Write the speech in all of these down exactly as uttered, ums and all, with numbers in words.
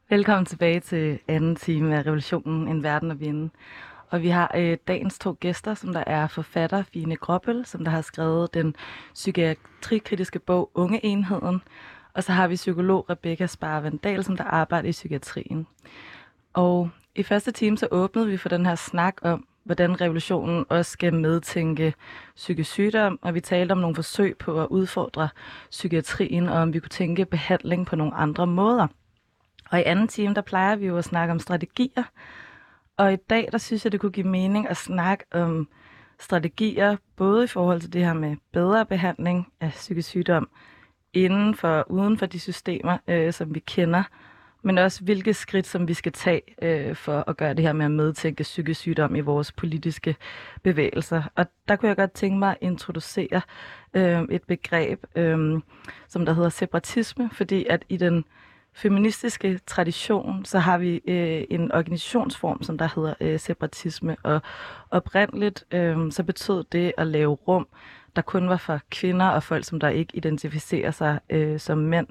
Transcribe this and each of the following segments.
Velkommen tilbage til anden time af Revolutionen, en verden at vinde. Og vi har øh, dagens to gæster, som der er forfatter Fine Gråbøl, som der har skrevet den psykiatrikritiske bog Ungeenheden. Og så har vi psykolog Rebecca Sparre Vandal, som der arbejder i psykiatrien. Og i første time så åbnede vi for den her snak om, hvordan revolutionen også skal medtænke psykisk sygdom, og vi talte om nogle forsøg på at udfordre psykiatrien, og om vi kunne tænke behandling på nogle andre måder. Og i anden time, der plejer vi jo at snakke om strategier, og i dag, der synes jeg, det kunne give mening at snakke om strategier, både i forhold til det her med bedre behandling af psykisk sygdom, inden for og uden for de systemer, øh, som vi kender, men også hvilke skridt, som vi skal tage øh, for at gøre det her med at medtænke psykisk sygdom i vores politiske bevægelser. Og der kunne jeg godt tænke mig at introducere øh, et begreb, øh, som der hedder separatisme, fordi at i den feministiske tradition, så har vi øh, en organisationsform, som der hedder øh, separatisme, og oprindeligt øh, så betød det at lave rum, der kun var for kvinder og folk, som der ikke identificerer sig øh, som mænd.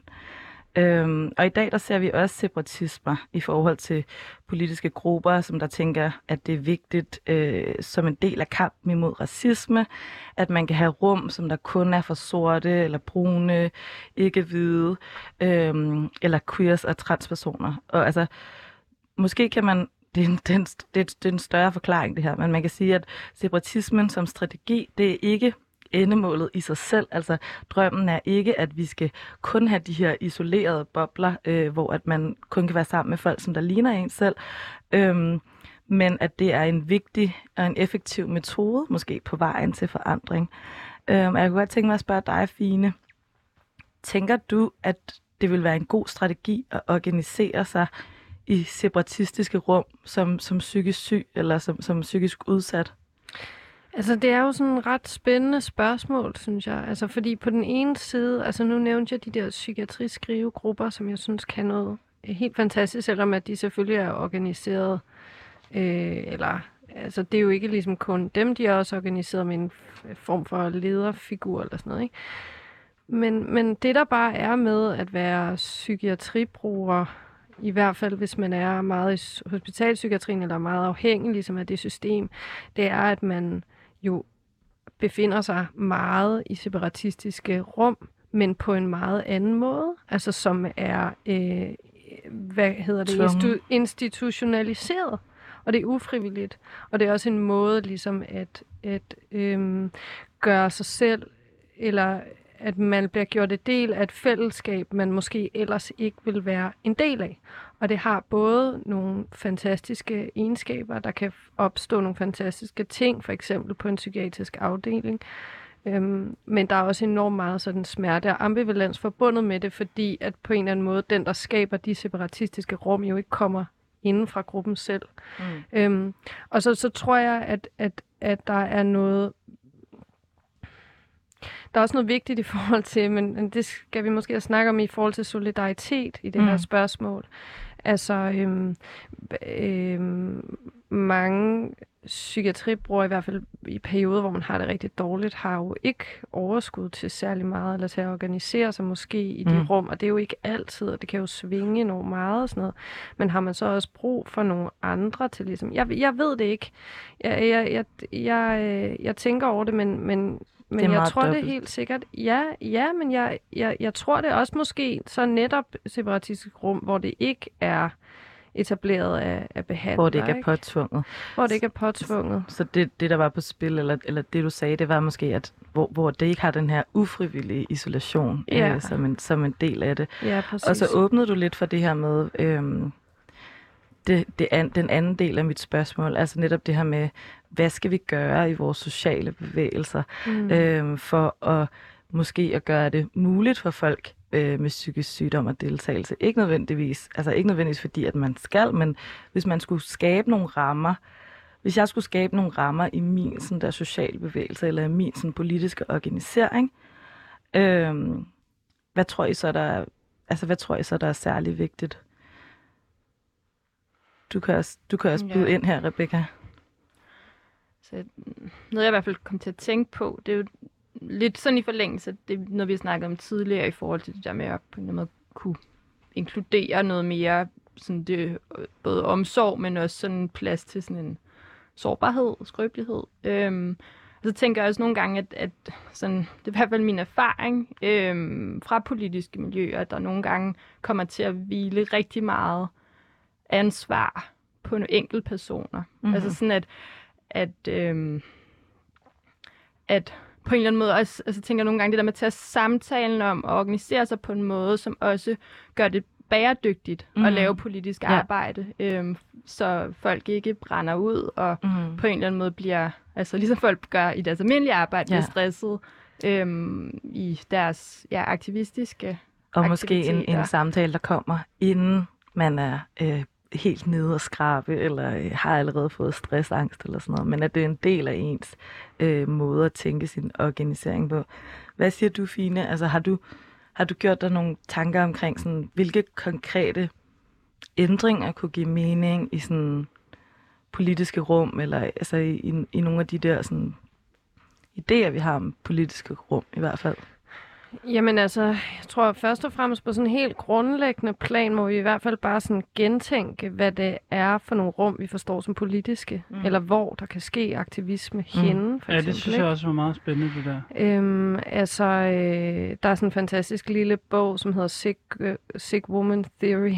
Øhm, og i dag der ser vi også separatismer i forhold til politiske grupper, som der tænker, at det er vigtigt øh, som en del af kampen imod racisme, at man kan have rum, som der kun er for sorte eller brune, ikke hvide, øh, eller queers og transpersoner. Og altså, måske kan man, det er, en, det, er en, det, er, det er en større forklaring det her, men man kan sige, at separatismen som strategi, det er ikke endemålet i sig selv. Altså drømmen er ikke, at vi skal kun have de her isolerede bobler, øh, hvor at man kun kan være sammen med folk, som der ligner en selv, øhm, men at det er en vigtig og en effektiv metode, måske på vejen til forandring. Øhm, jeg kunne godt tænke mig at spørge dig, Fine. Tænker du, at det vil være en god strategi at organisere sig i separatistiske rum som, som psykisk syg eller som, som psykisk udsat? Altså, det er jo sådan et ret spændende spørgsmål, synes jeg. Altså, fordi på den ene side, altså nu nævnte jeg de der psykiatriskrivogrupper, som jeg synes kan noget helt fantastisk, selvom at de selvfølgelig er organiseret, øh, eller, altså det er jo ikke ligesom kun dem, de er også organiseret med en form for lederfigur eller sådan noget, ikke? Men, men det der bare er med at være psykiatribruger, i hvert fald hvis man er meget i hospitalpsykiatrien eller meget afhængig ligesom af det system, det er, at man jo befinder sig meget i separatistiske rum, men på en meget anden måde, altså som er, øh, hvad hedder det, Instu- institutionaliseret, og det er ufrivilligt, og det er også en måde ligesom at, at øh, gøre sig selv, eller at man bliver gjort et del af et fællesskab, man måske ellers ikke vil være en del af. Og det har både nogle fantastiske egenskaber, der kan opstå nogle fantastiske ting, for eksempel på en psykiatrisk afdeling. Øhm, men der er også enormt meget sådan smerte og ambivalens forbundet med det, fordi at på en eller anden måde, den der skaber de separatistiske rum, jo ikke kommer inden fra gruppen selv. Mm. Øhm, og så, så tror jeg, at, at, at der er noget Der er også noget vigtigt i forhold til, men det skal vi måske snakke om i forhold til solidaritet i det mm. her spørgsmål. Altså, øhm, øhm, mange psykiatribrugere, i hvert fald i perioder, hvor man har det rigtig dårligt, har jo ikke overskud til særlig meget, eller til at organisere sig måske i de mm. rum, og det er jo ikke altid, og det kan jo svinge enormt meget og sådan noget. Men har man så også brug for nogle andre til ligesom... Jeg, jeg ved det ikke. Jeg, jeg, jeg, jeg, jeg tænker over det, men... men Men jeg tror dobbelt. Det er helt sikkert. Ja, ja, men jeg, jeg, jeg tror det også måske så netop separatistisk rum, hvor det ikke er etableret af, af behandler. Hvor det ikke er påtvunget. Hvor det ikke er påtvunget. Så, så det, det, der var på spil, eller, eller det du sagde, det var måske, at hvor, hvor det ikke har den her ufrivillige isolation ja. øh, som, en, som en del af det. Ja, præcis. Og så åbnede du lidt for det her med... Øhm, Det, det an, den anden del af mit spørgsmål, altså netop det her med, hvad skal vi gøre i vores sociale bevægelser, mm. øh, for at måske at gøre det muligt for folk øh, med psykisk sygdom og deltagelse. Ikke nødvendigvis, altså ikke nødvendigvis fordi, at man skal, men hvis man skulle skabe nogle rammer, hvis jeg skulle skabe nogle rammer i min sådan der sociale bevægelse, eller i min sådan politiske organisering, øh, hvad tror I så, der er, altså hvad tror I så, der er særlig vigtigt? Du kan også, du kan også byde ja. ind her, Rebecca. Så noget, jeg i hvert fald kom til at tænke på, det er jo lidt sådan i forlængelse, det er noget, vi har snakket om tidligere i forhold til det der med at på en eller anden måde kunne inkludere noget mere sådan det, både omsorg, men også sådan plads til sådan en sårbarhed og skrøbelighed. Øhm, og så tænker jeg også nogle gange, at, at sådan, det er i hvert fald min erfaring øhm, fra politiske miljøer, at der nogle gange kommer til at hvile rigtig meget ansvar på nogle enkelte personer. Mm-hmm. Altså sådan, at, at, øhm, at på en eller anden måde også, altså tænker jeg nogle gange det der med at tage samtalen om og organisere sig på en måde, som også gør det bæredygtigt mm. at lave politisk ja. arbejde, øhm, så folk ikke brænder ud og mm. på en eller anden måde bliver, altså ligesom folk gør i deres almindelige arbejde, ja. bliver stresset øhm, i deres ja, aktivistiske Og måske en, en samtale, der kommer, inden man er øh, helt nede og skrabe, eller øh, har allerede fået stressangst eller sådan noget, men at det er en del af ens øh, måde at tænke sin organisering på. Hvad siger du, Fine? Altså har du Har du gjort dig nogle tanker omkring, sådan, hvilke konkrete ændringer kunne give mening i sådan politiske rum, eller altså i, i, i nogle af de der sådan, idéer, vi har om politiske rum i hvert fald? Jamen altså, jeg tror først og fremmest på sådan en helt grundlæggende plan, må vi i hvert fald bare sådan gentænke, hvad det er for nogle rum, vi forstår som politiske, mm. eller hvor der kan ske aktivisme mm. henne, for ja, eksempel. det synes jeg også var meget spændende, det der. Øhm, altså, øh, der er sådan en fantastisk lille bog, som hedder Sick, uh, Sick Woman Theory,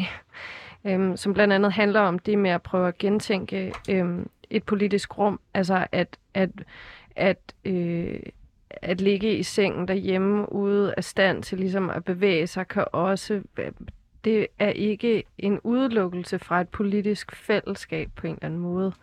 øhm, som blandt andet handler om det med at prøve at gentænke øhm, et politisk rum, altså at, at, at øh, at ligge i sengen derhjemme ude af stand til ligesom at bevæge sig, kan også, det er ikke en udelukkelse fra et politisk fællesskab på en eller anden måde.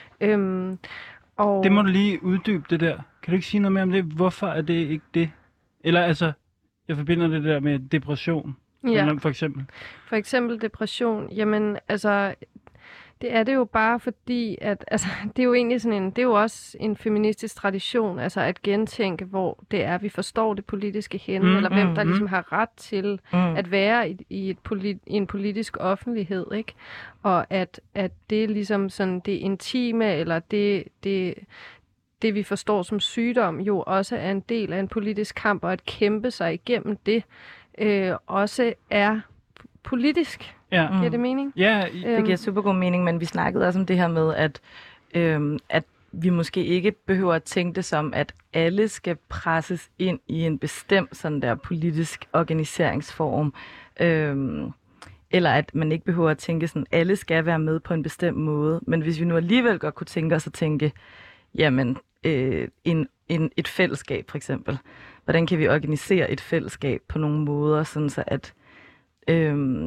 Øhm, og det må du lige uddybe, det der. Kan du ikke sige noget mere om det? Hvorfor er det ikke det? Eller altså, jeg forbinder det der med depression, ja. for eksempel. For eksempel depression, jamen altså, det er det jo bare fordi, at altså, det er jo egentlig sådan en, det er jo også en feministisk tradition, altså at gentænke, hvor det er, vi forstår det politiske henne, mm, eller hvem mm, der ligesom har ret til mm. at være i, i, et polit, i en politisk offentlighed, ikke? Og at, at det ligesom sådan det intime, eller det, det, det vi forstår som sygdom, jo også er en del af en politisk kamp, og at kæmpe sig igennem det, øh, også er politisk. Ja. Giver det mening? Ja, det giver super god mening, men vi snakkede også om det her med, at, øhm, at vi måske ikke behøver at tænke det som, at alle skal presses ind i en bestemt sådan der politisk organiseringsform, øhm, eller at man ikke behøver at tænke sådan, at alle skal være med på en bestemt måde. Men hvis vi nu alligevel godt kunne tænke os at tænke, jamen, øh, en, en, et fællesskab for eksempel. Hvordan kan vi organisere et fællesskab på nogle måder, sådan så at øhm,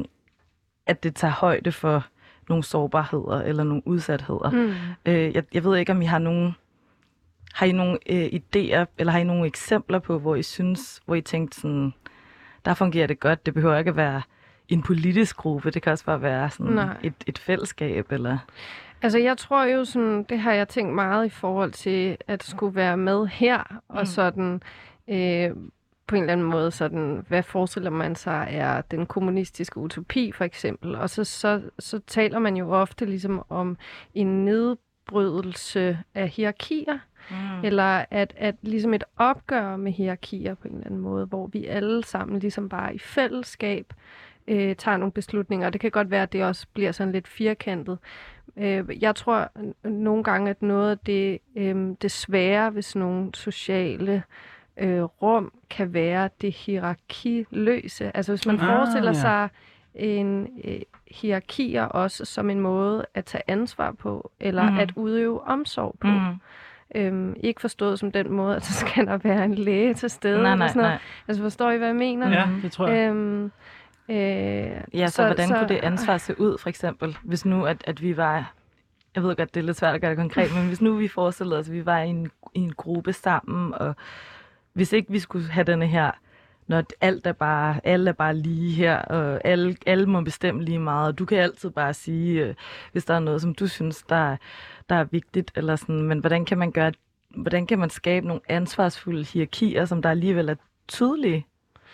at det tager højde for nogle sårbarheder eller nogle udsatheder. Mm. Øh, jeg, jeg ved ikke, om I har nogle, har I nogle øh, idéer, eller har I nogle eksempler på, hvor I synes, hvor I tænkte sådan, der fungerer det godt, det behøver ikke at være en politisk gruppe, det kan også bare være sådan et, et fællesskab, eller... Altså, jeg tror jo sådan, det har jeg tænkt meget i forhold til, at skulle være med her, og mm. sådan... Øh, på en eller anden måde sådan, hvad forestiller man sig er den kommunistiske utopi, for eksempel. Og så, så, så taler man jo ofte ligesom om en nedbrydelse af hierarkier, mm. eller at, at ligesom et opgør med hierarkier på en eller anden måde, hvor vi alle sammen ligesom bare i fællesskab øh, tager nogle beslutninger. Og det kan godt være, at det også bliver sådan lidt firkantet. Øh, jeg tror nogle gange, at noget af det, øh, det svære ved sådan nogle sociale Øh, rum kan være det hierarkiløse. Altså hvis man ah, forestiller ja. sig en øh, hierarkier også som en måde at tage ansvar på, eller mm. at udøve omsorg på. Mm. Øhm, ikke forstået som den måde, at så skal der være en læge til stede. Nej, nej, nej, nej. Altså forstår I, hvad jeg mener? Ja, det tror jeg. Øhm, øh, ja, så, så hvordan så, kunne det ansvar se ud, for eksempel? Hvis nu, at, at vi var... Jeg ved godt, det er lidt svært at gøre det konkret, men hvis nu vi forestillede os, at vi var i en, i en gruppe sammen, og hvis ikke vi skulle have denne her, når alt er bare, alle er bare lige her, og alle, alle må bestemme lige meget, og du kan altid bare sige, øh, hvis der er noget, som du synes, der, der er vigtigt, eller sådan, men hvordan kan man gøre, hvordan kan man skabe nogle ansvarsfulde hierarkier, som der alligevel er tydelige?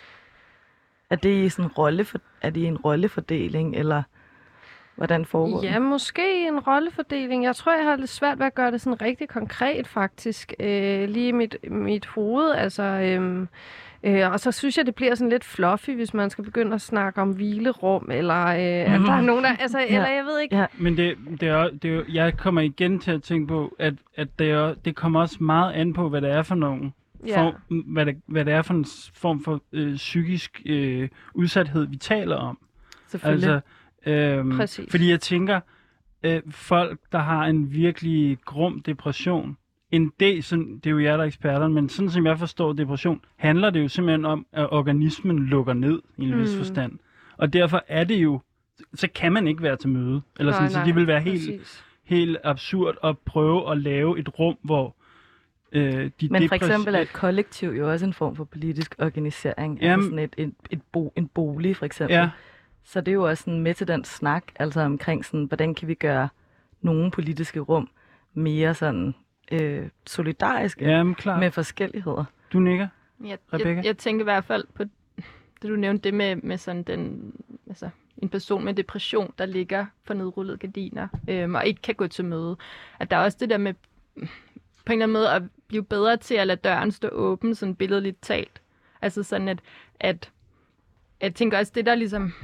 Er det i sådan en rolle, er det en rollefordeling, eller hvordan foregår det? Ja, måske en rollefordeling. Jeg tror, jeg har lidt svært ved at gøre det sådan rigtig konkret, faktisk. Øh, lige i mit, mit hoved. Altså, øhm, Øh, og så synes jeg, det bliver sådan lidt fluffy, hvis man skal begynde at snakke om hvilerum, eller øh, at der er nogen, der... Altså, ja. Eller jeg ved ikke... Ja. Men det, det er, det er, jeg kommer igen til at tænke på, at, at det, er, det kommer også meget an på, hvad det er for nogen. Ja. Form, hvad, det, hvad det er for en form for øh, psykisk øh, udsathed, vi taler om. Selvfølgelig. Altså, øhm, Præcis. fordi jeg tænker, øh, folk, der har en virkelig grum depression, en del, sådan, det er jo jer, der er eksperterne, men sådan som jeg forstår depression, handler det jo simpelthen om, at organismen lukker ned i en mm. vis forstand. Og derfor er det jo, så kan man ikke være til møde. Eller nej, sådan, nej, så det vil være helt, præcis. helt absurd at prøve at lave et rum, hvor øh, de Men for depres- eksempel er et kollektiv jo også en form for politisk organisering. Jamen, altså sådan et, et, et bo, en bolig for eksempel. Ja. Så det er jo også sådan med til den snak, altså omkring sådan, hvordan kan vi gøre nogle politiske rum mere sådan øh, solidariske Jamen, klar. med forskelligheder. Du nikker? Jeg, Rebecca? jeg, jeg tænker i hvert fald på det, du nævnte, det med, med sådan den, altså en person med depression, der ligger for nedrullede gardiner øhm, og ikke kan gå til møde. At der er også det der med på en eller anden måde at blive bedre til at lade døren stå åben, sådan billedligt talt. Altså sådan, at, at jeg tænker også, det der ligesom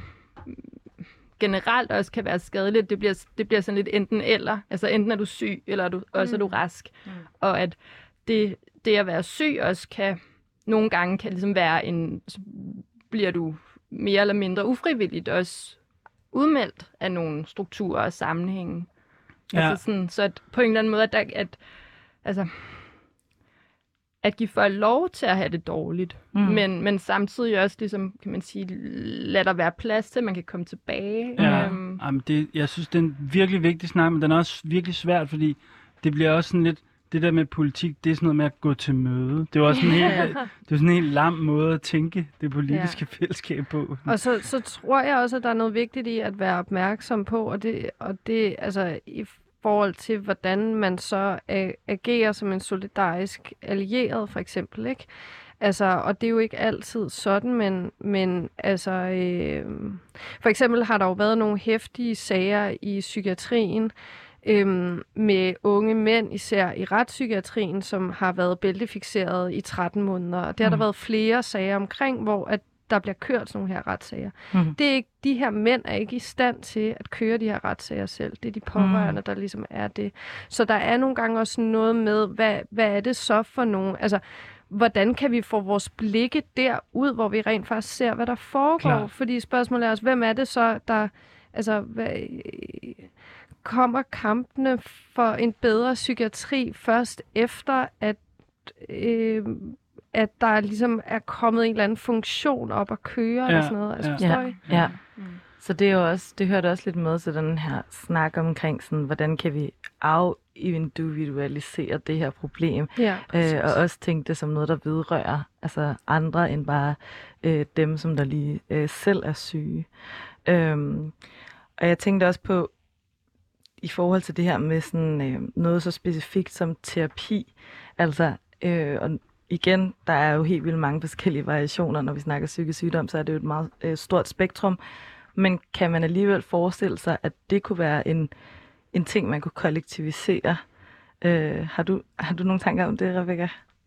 generelt også kan være skadeligt, det bliver, det bliver sådan lidt enten eller. Altså enten er du syg, eller er du, også er du rask. Mm. Og at det, det at være syg også kan nogle gange kan ligesom være en, så bliver du mere eller mindre ufrivilligt også udmeldt af nogle strukturer og sammenhænge. Ja. Altså sådan, så at på en eller anden måde, at, der, at altså, at give folk lov til at have det dårligt, mm. men, men samtidig også, ligesom, kan man sige, lad der være plads til, at man kan komme tilbage. Ja. Øhm. Jamen, det, jeg synes, det er en virkelig vigtig snak, men den er også virkelig svært, fordi det bliver også sådan lidt, det der med politik, det er sådan noget med at gå til møde. Det er jo også en helt, det er sådan en helt lam måde at tænke det politiske ja. fællesskab på. Og så, så tror jeg også, at der er noget vigtigt i at være opmærksom på, og det, og det altså i forhold til, hvordan man så agerer som en solidarisk allieret, for eksempel, ikke? Altså, og det er jo ikke altid sådan, men, men altså, øh, for eksempel har der jo været nogle heftige sager i psykiatrien, Øhm, med unge mænd, især i retspsykiatrien, som har været bæltefikseret i tretten måneder. Og det har mm. der været flere sager omkring, hvor at der bliver kørt sådan nogle her retssager. Mm. Det er ikke, de her mænd er ikke i stand til at køre de her retssager selv. Det er de pårørende, mm. der ligesom er det. Så der er nogle gange også noget med, hvad, hvad er det så for nogen? Altså, hvordan kan vi få vores blikke derud, hvor vi rent faktisk ser, hvad der foregår? Klar. Fordi spørgsmålet er også, hvem er det så, der... Altså, hvad, kommer kampene for en bedre psykiatri først efter, at, øh, at der ligesom er kommet en eller anden funktion op at køre, ja, eller sådan noget? Altså, ja, ja. ja. Mm. Så det er jo også, det hørte også lidt med til den her snak omkring, sådan, hvordan kan vi afindividualisere det her problem, ja, øh, og også tænke det som noget, der vedrører altså andre end bare øh, dem, som der lige øh, selv er syge. Øhm, og jeg tænkte også på, i forhold til det her med sådan, øh, noget så specifikt som terapi, altså, øh, og igen, der er jo helt vildt mange forskellige variationer, når vi snakker psykisk sygdom, så er det jo et meget øh, stort spektrum, men kan man alligevel forestille sig, at det kunne være en, en ting, man kunne kollektivisere? Øh, har, du, har du nogle tanker om det, Rebecca?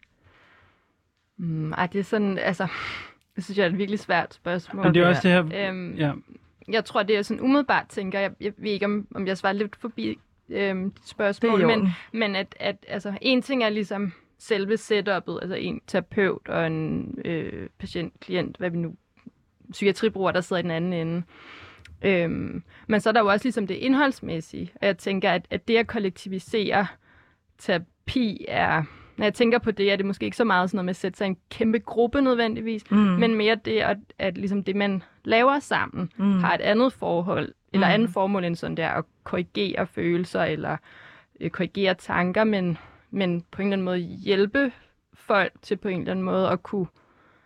Mm, ej, det er sådan, altså, det synes jeg er et virkelig svært spørgsmål. Men det er også det her, øhm, ja. Jeg tror, det er sådan umiddelbart, tænker jeg. Jeg ved ikke, om, om jeg svarer lidt forbi øhm, dit spørgsmål, men, men at, at altså, en ting er ligesom selve setup'et, altså en terapeut og en øh, patient, klient, hvad vi nu, psykiatribruger, der sidder i den anden ende. Øhm, men så er der jo også ligesom det indholdsmæssige, og jeg tænker, at, at det at kollektivisere terapi er... Når jeg tænker på det, er det måske ikke så meget sådan noget med at sætte sig i en kæmpe gruppe nødvendigvis, mm. men mere det, at, at ligesom det, man laver sammen, mm. har et andet forhold, eller mm. andet formål end sådan der at korrigere følelser, eller øh, korrigere tanker, men, men på en eller anden måde hjælpe folk til på en eller anden måde at kunne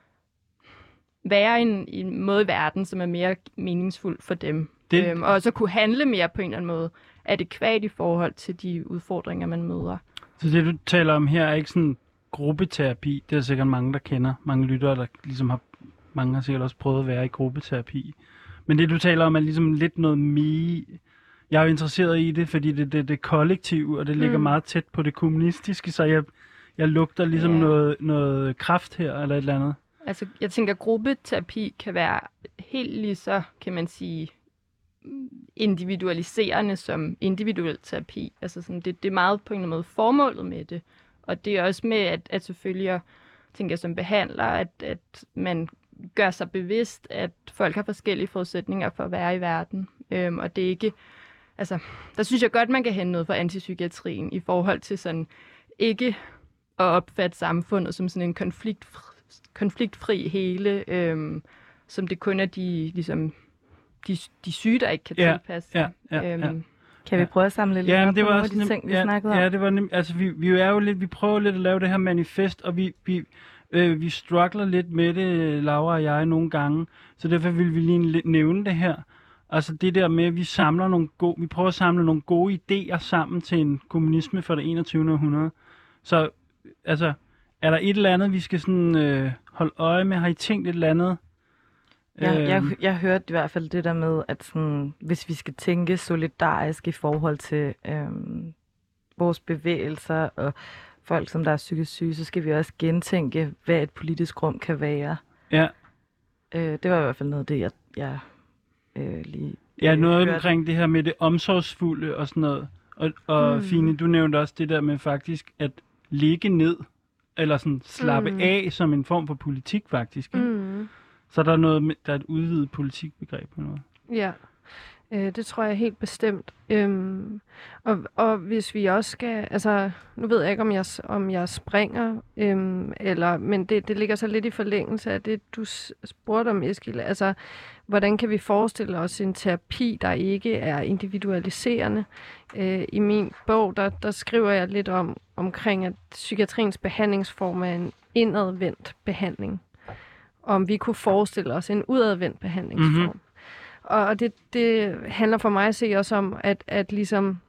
være en, en måde i verden, som er mere meningsfuld for dem. Det... Øhm, og så kunne handle mere på en eller anden måde adækvat i forhold til de udfordringer, man møder. Så det, du taler om her, er ikke sådan gruppeterapi. Det er sikkert mange, der kender. Mange lyttere, der ligesom har... Mange har sikkert også prøvet at være i gruppeterapi. Men det, du taler om, er ligesom lidt noget mere... Jeg er jo interesseret i det, fordi det, det, det er kollektiv, og det ligger mm. meget tæt på det kommunistiske, så jeg, jeg lugter ligesom yeah. noget, noget kraft her, eller et eller andet. Altså, jeg tænker, at gruppeterapi kan være helt lige så, kan man sige, individualiserende som individuel terapi. Altså, sådan, det, det er meget på en eller anden måde formålet med det. Og det er også med, at, at selvfølgelig, jeg tænker som behandler, at, at man gør sig bevidst, at folk har forskellige forudsætninger for at være i verden. Øhm, og det er ikke... Altså, der synes jeg godt, man kan hente noget fra antipsykiatrien i forhold til sådan ikke at opfatte samfundet som sådan en konfliktfri, konfliktfri hele, øhm, som det kun er de, ligesom, de, de syge, der ikke kan Ja, tilpasse sig. ja, ja, ja. Øhm, Kan vi prøve at samle lidt Ja, op det på var nogle af også de nem, ting, vi ja, snakkede om? ja, det var nem, altså vi, vi er jo lidt, vi prøver lidt at lave det her manifest, og vi, vi, øh, vi struggler lidt med det, Laura og jeg, nogle gange, så derfor vil vi lige lidt nævne det her. Altså det der med, at vi samler nogle gode, vi prøver at samle nogle gode idéer sammen til en kommunisme for det enogtyvende århundrede. Så altså, er der et eller andet, vi skal sådan øh, holde øje med? Har I tænkt et eller andet? Ja, jeg, Øhm, jeg hørte i hvert fald det der med, at sådan, hvis vi skal tænke solidarisk i forhold til øhm, vores bevægelser og folk, som der er psykisk syge, så skal vi også gentænke, hvad et politisk rum kan være. Ja, Øh, det var i hvert fald noget af det, jeg, jeg øh, lige ja øh, noget hørte. omkring det her med det omsorgsfulde og sådan noget. Og, og Mm. Fine, du nævnte også det der med faktisk at ligge ned, eller sådan slappe Mm. af som en form for politik faktisk. Ikke? Mm. Så der er noget med, der er et udvidet politikbegreb på noget. Ja, øh, det tror jeg helt bestemt. Øhm, og, og hvis vi også skal, altså nu ved jeg ikke, om jeg, om jeg springer, øhm, eller, men det, det ligger så lidt i forlængelse af det, du s- spurgte om, Eskil. Altså, hvordan kan vi forestille os en terapi, der ikke er individualiserende? Øh, I min bog, der, der skriver jeg lidt om omkring, at psykiatriens behandlingsform er en indadvendt behandling. Om vi kunne forestille os en udadvendt behandlingsform. Mhm. Og det, det handler for mig at se også om, at, at ligesom,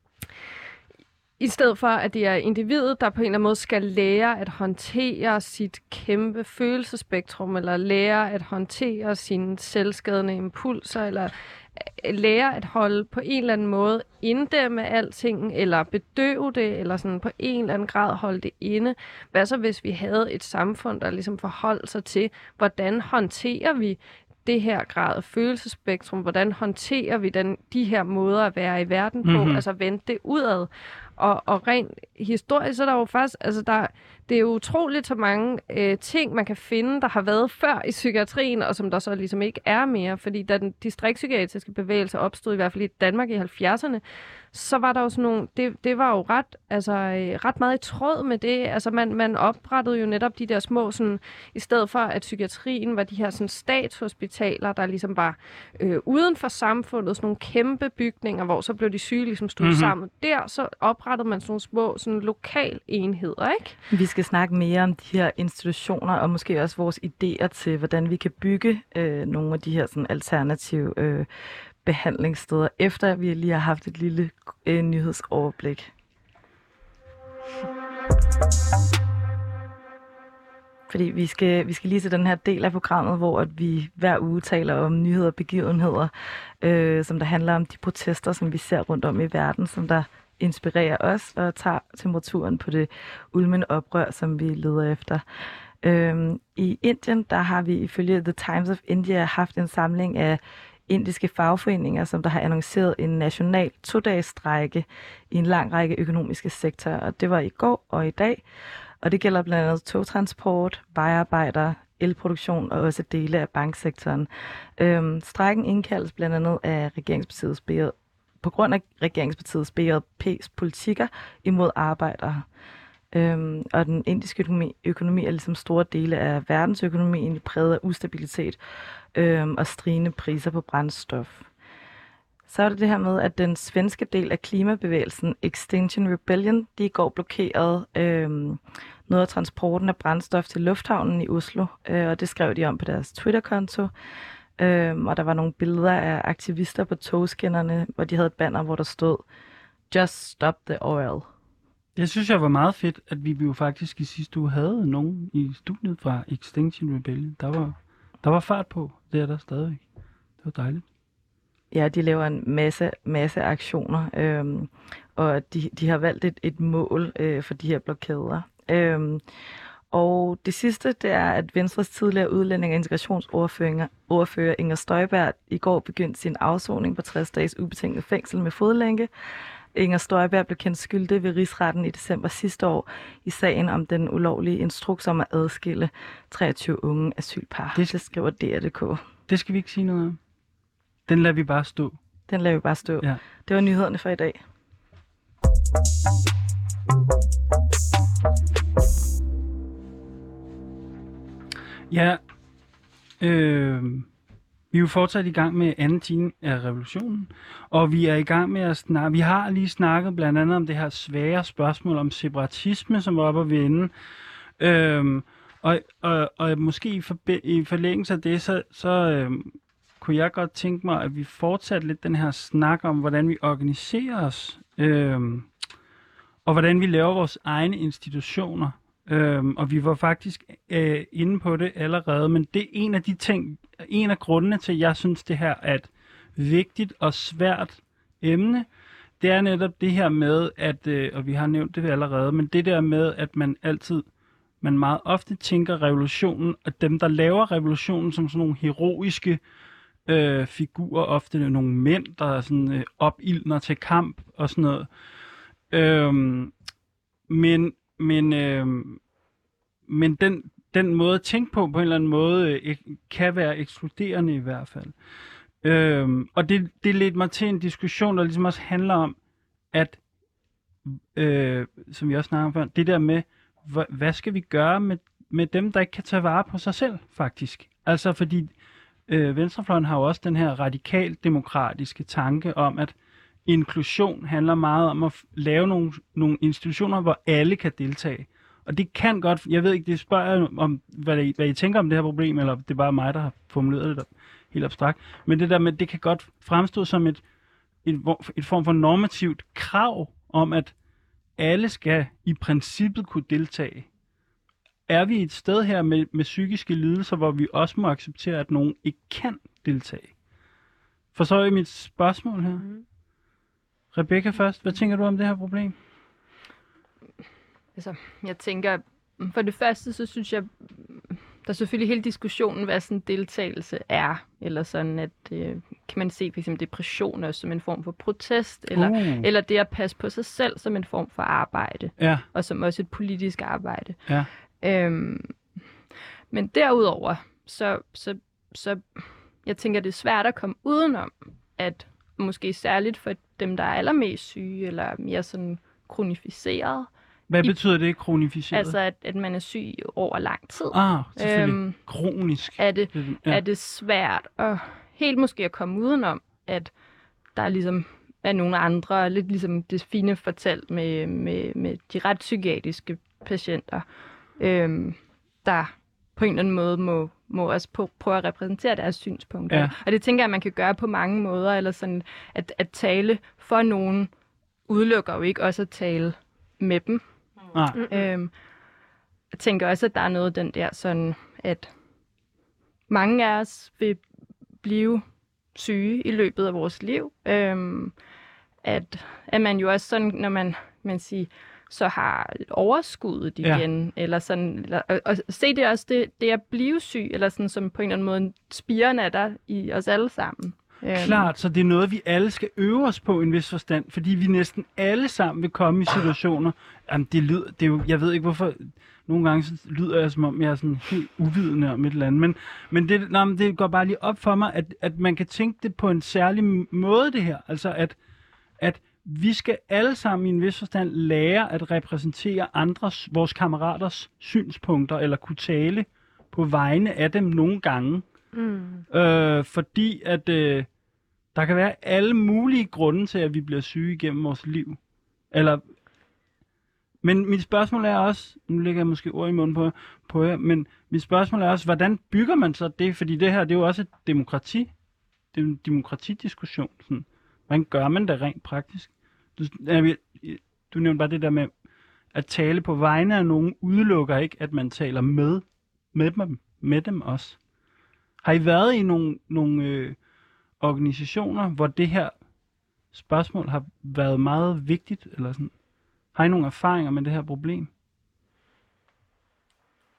i stedet for, at det er individet, der på en eller anden måde skal lære at håndtere sit kæmpe følelsespektrum, eller lære at håndtere sine selvskadende impulser, eller lære at holde på en eller anden måde inddæmme alting, eller bedøve det, eller sådan på en eller anden grad holde det inde. Hvad så, hvis vi havde et samfund, der ligesom forholdt sig til, hvordan håndterer vi det her grad af følelsespektrum, hvordan håndterer vi den, de her måder at være i verden på, Mhm. altså vende det udad. Og, og rent historisk, så er der jo faktisk, altså der, det er jo utroligt så mange øh, ting, man kan finde, der har været før i psykiatrien, og som der så ligesom ikke er mere, fordi da den distriktspsykiatriske bevægelse opstod, i hvert fald i Danmark i halvfjerdserne, så var der jo sådan nogle, det, det var jo ret, altså, øh, ret meget i tråd med det, altså man, man oprettede jo netop de der små, sådan, i stedet for at psykiatrien var de her sådan statshospitaler, der ligesom var øh, uden for samfundet, sådan nogle kæmpe bygninger, hvor så blev de syge ligesom stået Mhm. mm-hmm. sammen. Der så oprettede man sådan nogle små sådan lokal enheder, ikke? Vi skal snakke mere om de her institutioner, og måske også vores idéer til, hvordan vi kan bygge øh, nogle af de her sådan, alternative øh, behandlingssteder, efter vi lige har haft et lille øh, nyhedsoverblik. Fordi vi skal, vi skal lige til den her del af programmet, hvor at vi hver uge taler om nyheder og begivenheder, øh, som der handler om de protester, som vi ser rundt om i verden, som der inspirerer os og tager temperaturen på det ulmende oprør, som vi leder efter. Øhm, I Indien, der har vi ifølge The Times of India haft en samling af indiske fagforeninger, som der har annonceret en national to-dages strejke i en lang række økonomiske sektorer. Og det var i går og i dag. Og det gælder blandt andet togtransport, vejarbejdere, elproduktion og også dele af banksektoren. Øhm, strejken indkaldes blandt andet af regeringspartiets B J, på grund af regeringspartiets B J P's politikker imod arbejdere. Øhm, og den indiske økonomi, økonomi er ligesom store dele af verdensøkonomien præget af ustabilitet øhm, og stigende priser på brændstof. Så er det det her med, at den svenske del af klimabevægelsen Extinction Rebellion, de i går blokerede øhm, noget af transporten af brændstof til lufthavnen i Oslo, øh, og det skrev de om på deres Twitter-konto. Øhm, og der var nogle billeder af aktivister på togskinnerne, hvor de havde et banner, hvor der stod Just Stop the Oil. Jeg synes, jeg var meget fedt, at vi jo faktisk i sidste uge havde nogen i studiet fra Extinction Rebellion. Der var, der var fart på. Det er der stadigvæk. Det var dejligt. Ja, de laver en masse, masse aktioner, øhm, og de, de har valgt et, et mål øh, for de her blokader. Øhm, Og det sidste, det er, at Venstres tidligere udlænding- og integrationsordfører ordfører Inger Støjberg i går begyndte sin afsoning på tres dages ubetinget fængsel med fodlænke. Inger Støjberg blev kendt skyldig ved Rigsretten i december sidste år i sagen om den ulovlige instruks om at adskille treogtyve unge asylpar. Det, det skriver D R punktum d k. Det skal vi ikke sige noget om. Den lader vi bare stå. Den lader vi bare stå. Ja. Det var nyhederne for i dag. Ja, øh, vi er jo fortsat i gang med anden time af revolutionen, og vi er i gang med at snakke, vi har lige snakket blandt andet om det her svære spørgsmål om separatisme, som var oppe at vende, øh, og, og, og måske i, forbe- i forlængelse af det, så, så øh, kunne jeg godt tænke mig, at vi fortsatte lidt den her snak om, hvordan vi organiserer os, øh, og hvordan vi laver vores egne institutioner. Øhm, og vi var faktisk øh, inde på det allerede, men det er en af de ting, en af grundene til, at jeg synes, det her er et vigtigt og svært emne, det er netop det her med, at, øh, og vi har nævnt det allerede, men det der med, at man altid, man meget ofte tænker revolutionen, og dem, der laver revolutionen som sådan nogle heroiske øh, figurer, ofte nogle mænd, der sådan øh, opildner til kamp og sådan noget. Øhm, men Men, øh, men den, den måde at tænke på, på en eller anden måde, øh, kan være ekskluderende i hvert fald. Øh, og det, det ledte mig til en diskussion, der ligesom også handler om, at, øh, som vi også snakker om før, det der med, hvad, hvad skal vi gøre med, med dem, der ikke kan tage vare på sig selv, faktisk? Altså fordi øh, venstrefløjen har jo også den her radikal-demokratiske tanke om, at inklusion handler meget om at lave nogle, nogle institutioner, hvor alle kan deltage. Og det kan godt, jeg ved ikke, det spørger jeg om, hvad, I, hvad I tænker om det her problem, eller det er bare mig, der har formuleret det der, helt abstrakt. Men det der med, det kan godt fremstå som et, et, et form for normativt krav om, at alle skal i princippet kunne deltage. Er vi et sted her med, med psykiske lidelser, hvor vi også må acceptere, at nogen ikke kan deltage? Forstår I mit spørgsmål her? Mm. Rebecca først, hvad tænker du om det her problem? Altså, jeg tænker, for det første, så synes jeg, der er selvfølgelig hele diskussionen, hvad sådan deltagelse er, eller sådan, at øh, kan man se for eksempel depression også som en form for protest, eller, uh. eller det at passe på sig selv som en form for arbejde, ja. Og som også et politisk arbejde. Ja. Øhm, men derudover, så, så, så jeg tænker, det er svært at komme udenom, at måske særligt for dem, der er allermest syge, eller mere sådan kronificeret. Hvad betyder det, kronificeret? Altså, at, at man er syg over lang tid. Ah, selvfølgelig. Øhm, Kronisk. Er det, ja. er det svært at helt måske at komme udenom, at der ligesom er nogle andre, lidt ligesom det fine fortalt med, med, med de ret psykiatriske patienter, øhm, der på en eller anden måde må, må også på, prøve at repræsentere deres synspunkter. Ja. Og det tænker jeg, man kan gøre på mange måder, eller sådan, at, at tale for nogen udelukker jo ikke også at tale med dem. Ah. Øhm, jeg tænker også, at der er noget den der sådan, at mange af os vil blive syge i løbet af vores liv. Øhm, at, at man jo også sådan, når man, man siger, så har overskuddet igen, ja. Eller sådan, eller, og, og se det også, det, det at blive syg, eller sådan som på en eller anden måde spiren er der i os alle sammen. Klart, så det er noget, vi alle skal øve os på i en vis forstand, fordi vi næsten alle sammen vil komme i situationer. Jamen, det lyder, det er jo, jeg ved ikke hvorfor, nogle gange så lyder jeg som om, jeg er sådan helt uvidende om et eller andet, men, men det, nej, det går bare lige op for mig, at, at man kan tænke det på en særlig måde, det her. Altså, at, at vi skal alle sammen i en vis forstand lære at repræsentere andres, vores kammeraters synspunkter, eller kunne tale på vegne af dem nogle gange. Mm. Øh, fordi at øh, der kan være alle mulige grunde til, at vi bliver syge igennem vores liv. Eller, men mit spørgsmål er også, nu lægger jeg måske ord i munden på, på jer, men mit spørgsmål er også, hvordan bygger man så det? Fordi det her, det er jo også et demokrati. Det er en demokratidiskussion. Sådan. Hvordan gør man det rent praktisk? Du, du nævnte bare det der med, at tale på vegne af nogen udelukker ikke, at man taler med, med dem, med dem også. Har I været i nogle, nogle øh, organisationer, hvor det her spørgsmål har været meget vigtigt? Eller sådan? Har I nogle erfaringer med det her problem?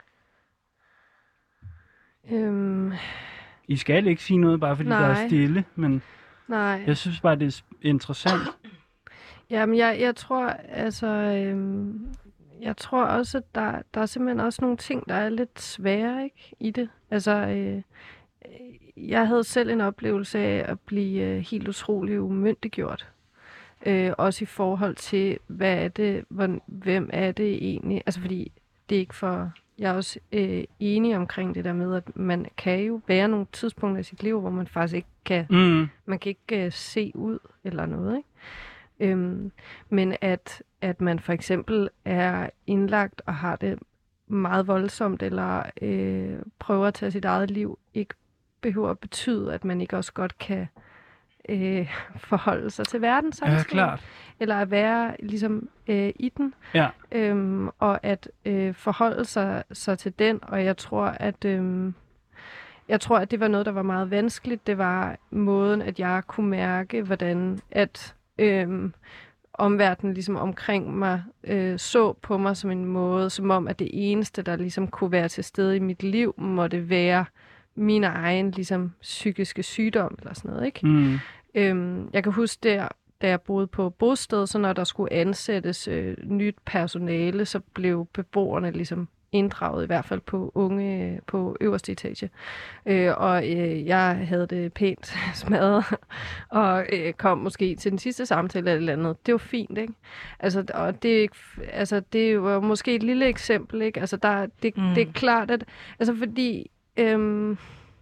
Øhm, I skal ikke sige noget, bare fordi Nej. der er stille, men nej. jeg synes bare, det er interessant. Jamen, jeg, jeg tror, altså, øhm, jeg tror også, at der, der er simpelthen også nogle ting, der er lidt svære, ikke, i det. Altså, øh, jeg havde selv en oplevelse af at blive øh, helt utrolig umyndiggjort. Øh, også i forhold til, hvad er det, hvor, hvem er det egentlig? Altså, fordi det er ikke for... Jeg er også øh, enig omkring det der med, at man kan jo være nogle tidspunkter i sit liv, hvor man faktisk ikke kan, Mm. man kan ikke øh, se ud eller noget, ikke? Øhm, men at, at man for eksempel er indlagt og har det meget voldsomt, eller øh, prøver at tage sit eget liv, ikke behøver at betyde, at man ikke også godt kan øh, forholde sig til verden samtidig. Ja, klart. Eller at være ligesom øh, i den. Ja. Øhm, og at øh, forholde sig, sig til den. Og jeg tror, at øh, jeg tror, at det var noget, der var meget vanskeligt. Det var måden, at jeg kunne mærke, hvordan at øh, omverdenen ligesom omkring mig øh, så på mig som en måde, som om, at det eneste, der ligesom kunne være til stede i mit liv, måtte være min egen ligesom psykiske sygdom eller sådan noget, ikke? Mm. Øhm, jeg kan huske der, da jeg boede på bosted, så når der skulle ansættes øh, nyt personale, så blev beboerne ligesom inddraget, i hvert fald på unge på øverste etage. Øh, og øh, jeg havde det pænt smadret, og øh, kom måske til den sidste samtale eller et eller andet. Det var fint, ikke? Altså, og det, altså, det var måske et lille eksempel, ikke? Altså, der, det, mm. det er klart, at altså, fordi øhm,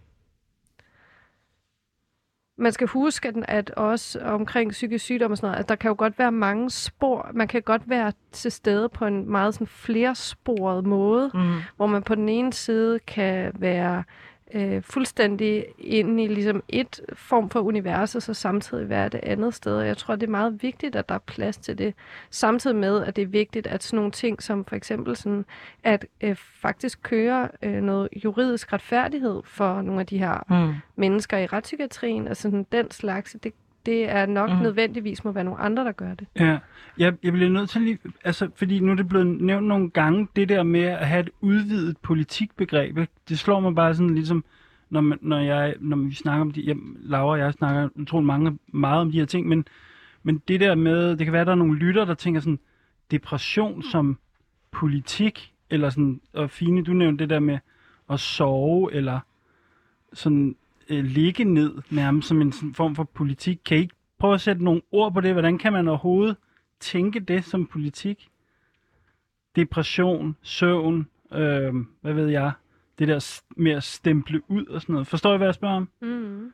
man skal huske, at, at også omkring psykisk sygdom og sådan noget, at der kan jo godt være mange spor. Man kan godt være til stede på en meget sådan flersporet måde, mm. hvor man på den ene side kan være øh, fuldstændig inde i ligesom et form for univers, og så samtidig være det andet sted. Og jeg tror, det er meget vigtigt, at der er plads til det. Samtidig med, at det er vigtigt, at sådan nogle ting som for eksempel sådan, at øh, faktisk køre øh, noget juridisk retfærdighed for nogle af de her mm. mennesker i retspsykiatrien, altså sådan, den slags, det, det er nok mm. nødvendigvis må være nogle andre, der gør det. Ja, jeg, jeg bliver nødt til lige, altså, fordi nu er det blevet nævnt nogle gange, det der med at have et udvidet politikbegreb, ikke? Det slår mig bare sådan ligesom, når, man, når, jeg, når vi snakker om de, jeg, Laura og jeg snakker utrolig mange, meget om de her ting, men, men det der med, det kan være, at der er nogle lytter, der tænker sådan, depression som politik, eller sådan, og Fine, du nævnte det der med at sove, eller sådan, ligge ned nærmest som en form for politik. Kan I ikke prøve at sætte nogle ord på det? Hvordan kan man overhovedet tænke det som politik? Depression, søvn, øh, hvad ved jeg, det der med at stemple ud og sådan noget. Forstår I, hvad jeg spørger om? Mm.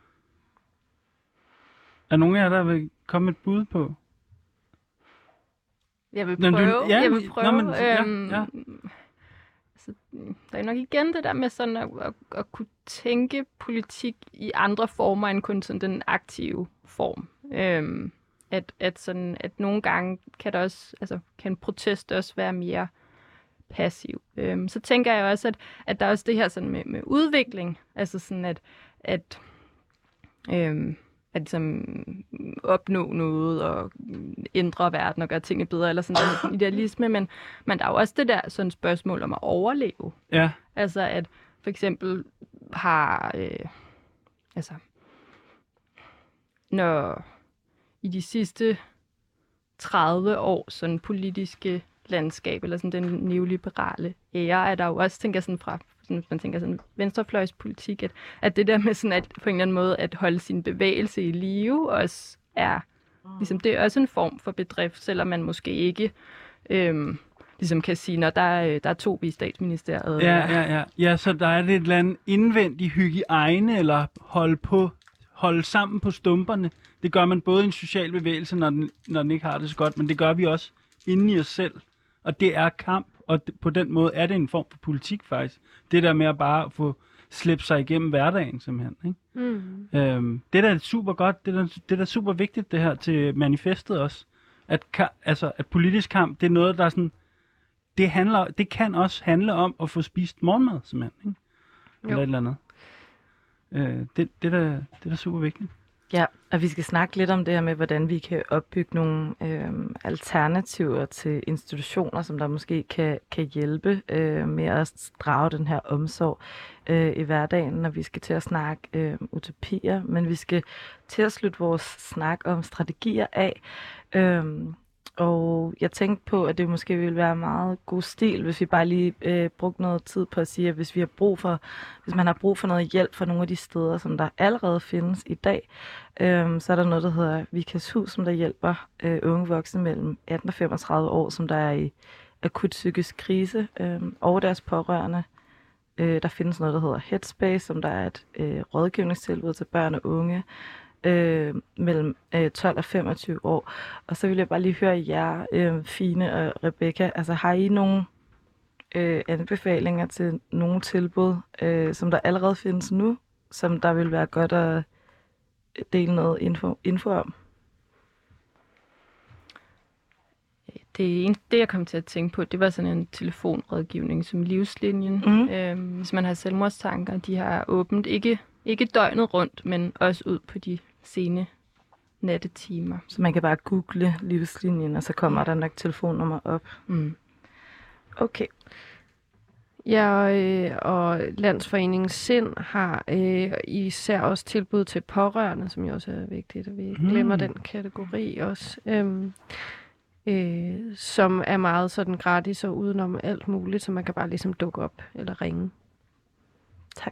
Er nogen af jer, der vil komme et bud på? Jeg vil prøve. Nå, du, ja, jeg vil prøve. Nå, men, ja, øhm, ja. Så, der er nok igen det der med sådan at, at, at kunne tænke politik i andre former end kun sådan den aktive form. Øhm, at, at, sådan, at nogle gange kan der også, altså kan protest også være mere passiv. Øhm, så tænker jeg også, at, at der er også det her sådan med, med udvikling, altså sådan at, at øhm, at ligesom opnå noget og ændre verden og gøre tingene bedre, eller sådan noget idealisme, men, men der er jo også det der sådan spørgsmål om at overleve. Ja. Altså at for eksempel har, øh, altså, når i de sidste tredive år sådan politiske landskab, eller sådan den neoliberale æra, er der jo også, tænker sådan fra sådan, man tænker sådan venstrefløjspolitik, at, at det der med sådan at på en eller anden måde at holde sin bevægelse i live også er, ligesom det er også en form for bedrift, selvom man måske ikke øhm, ligesom kan sige, når der er, der er to i statsministeriet. Ja, ja, ja. Ja, så der er det et eller andet indvendig hygiejne, eller holde på, holde sammen på stumperne. Det gør man både i en social bevægelse, når den, når den ikke har det så godt, men det gør vi også inde i os selv. Og det er kamp, og på den måde er det en form for politik faktisk. Det der med at bare få slippe sig igennem hverdagen simpelthen. Ikke? Mm. Øhm, det der er super godt, det der, det der er super vigtigt det her til manifestet også. At, altså, at politisk kamp, det er noget, der er sådan, det, handler, det kan også handle om at få spist morgenmad simpelthen. Ikke? Eller et eller andet. Øh, det, det, der, det der er super vigtigt. Ja, og vi skal snakke lidt om det her med, hvordan vi kan opbygge nogle øh, alternativer til institutioner, som der måske kan, kan hjælpe øh, med at drage den her omsorg øh, i hverdagen, når vi skal til at snakke øh, utopier. Men vi skal til at slutte vores snak om strategier af. Øh, Og jeg tænkte på, at det måske ville være meget god stil, hvis vi bare lige øh, brugte noget tid på at sige, at hvis vi har brug for, hvis man har brug for noget hjælp fra nogle af de steder, som der allerede findes i dag, øh, så er der noget, der hedder Vikas Hus, som der hjælper øh, unge voksne mellem atten og femogtredive år, som der er i akut psykisk krise, øh, og deres pårørende. Øh, der findes noget, der hedder Headspace, som der er et øh, rådgivningstilbud til børn og unge, Øh, mellem øh, tolv og femogtyve år. Og så vil jeg bare lige høre jer, øh, Fine og Rebecca, altså har I nogle øh, anbefalinger til nogle tilbud, øh, som der allerede findes nu, som der vil være godt at dele noget info, info om? Det eneste, det jeg kom til at tænke på, det var sådan en telefonrådgivning som Livslinjen. Mm. Øhm, hvis man har selvmordstanker, de har åbent, ikke, ikke døgnet rundt, men også ud på de sene nattetimer. Så man kan bare google Livslinjen, og så kommer der nok telefonnummer op. Mm. Okay. Ja, øh, og Landsforeningen Sind har øh, især også tilbud til pårørende, som jo også er vigtigt, at vi ikke glemmer Mm. den kategori også. Øhm, øh, som er meget sådan gratis og udenom alt muligt, så man kan bare ligesom dukke op eller ringe. Tak.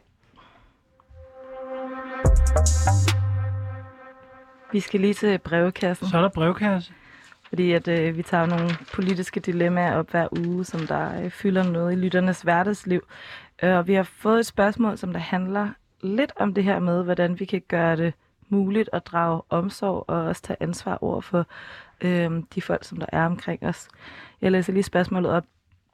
Vi skal lige til brevkassen. Så er der brevkasse. Fordi at øh, vi tager nogle politiske dilemmaer op hver uge, som der øh, fylder noget i lytternes hverdagsliv. Øh, og vi har fået et spørgsmål, som der handler lidt om det her med, hvordan vi kan gøre det muligt at drage omsorg og også tage ansvar over for øh, de folk, som der er omkring os. Jeg læser lige spørgsmålet op.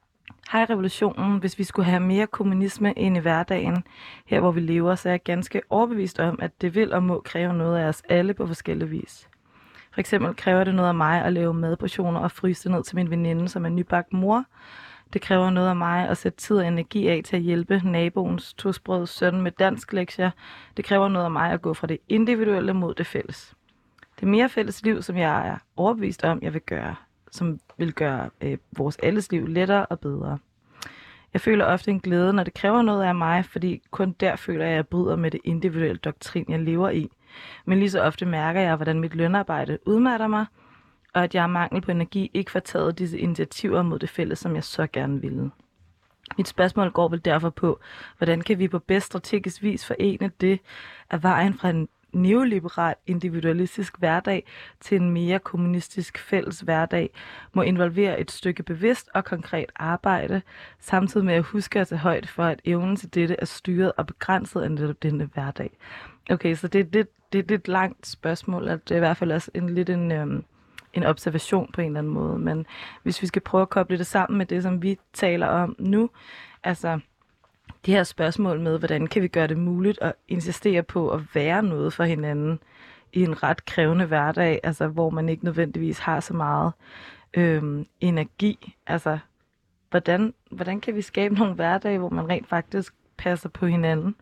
Hej revolutionen, hvis vi skulle have mere kommunisme ind i hverdagen, her hvor vi lever, så er jeg ganske overbevist om, at det vil og må kræve noget af os alle på forskellige vis. For eksempel kræver det noget af mig at lave madportioner og fryse ned til min veninde, som er nybagt mor. Det kræver noget af mig at sætte tid og energi af til at hjælpe naboens tosprøde søn med dansk lektier. Det kræver noget af mig at gå fra det individuelle mod det fælles. Det mere fælles liv, som jeg er overbevist om, jeg vil gøre, som vil gøre øh, vores alles liv lettere og bedre. Jeg føler ofte en glæde, når det kræver noget af mig, fordi kun der føler jeg, at jeg bryder med det individuelle doktrin, jeg lever i. Men lige så ofte mærker jeg, hvordan mit lønarbejde udmatter mig, og at jeg har mangel på energi ikke får taget disse initiativer mod det fælles, som jeg så gerne ville. Mit spørgsmål går vel derfor på, hvordan kan vi på bedst strategisk vis forene det af vejen fra en neoliberal individualistisk hverdag til en mere kommunistisk fælles hverdag må involvere et stykke bevidst og konkret arbejde, samtidig med at huske at tage højde for, at evnen til dette er styret og begrænset af netop denne hverdag. Okay, så det er lidt, det er et lidt langt spørgsmål, og det er i hvert fald også en, lidt en, øhm, en observation på en eller anden måde, men hvis vi skal prøve at koble det sammen med det, som vi taler om nu, altså de her spørgsmål med, hvordan kan vi gøre det muligt at insistere på at være noget for hinanden i en ret krævende hverdag, altså hvor man ikke nødvendigvis har så meget øhm, energi. Altså, hvordan, hvordan kan vi skabe nogle hverdage, hvor man rent faktisk passer på hinanden?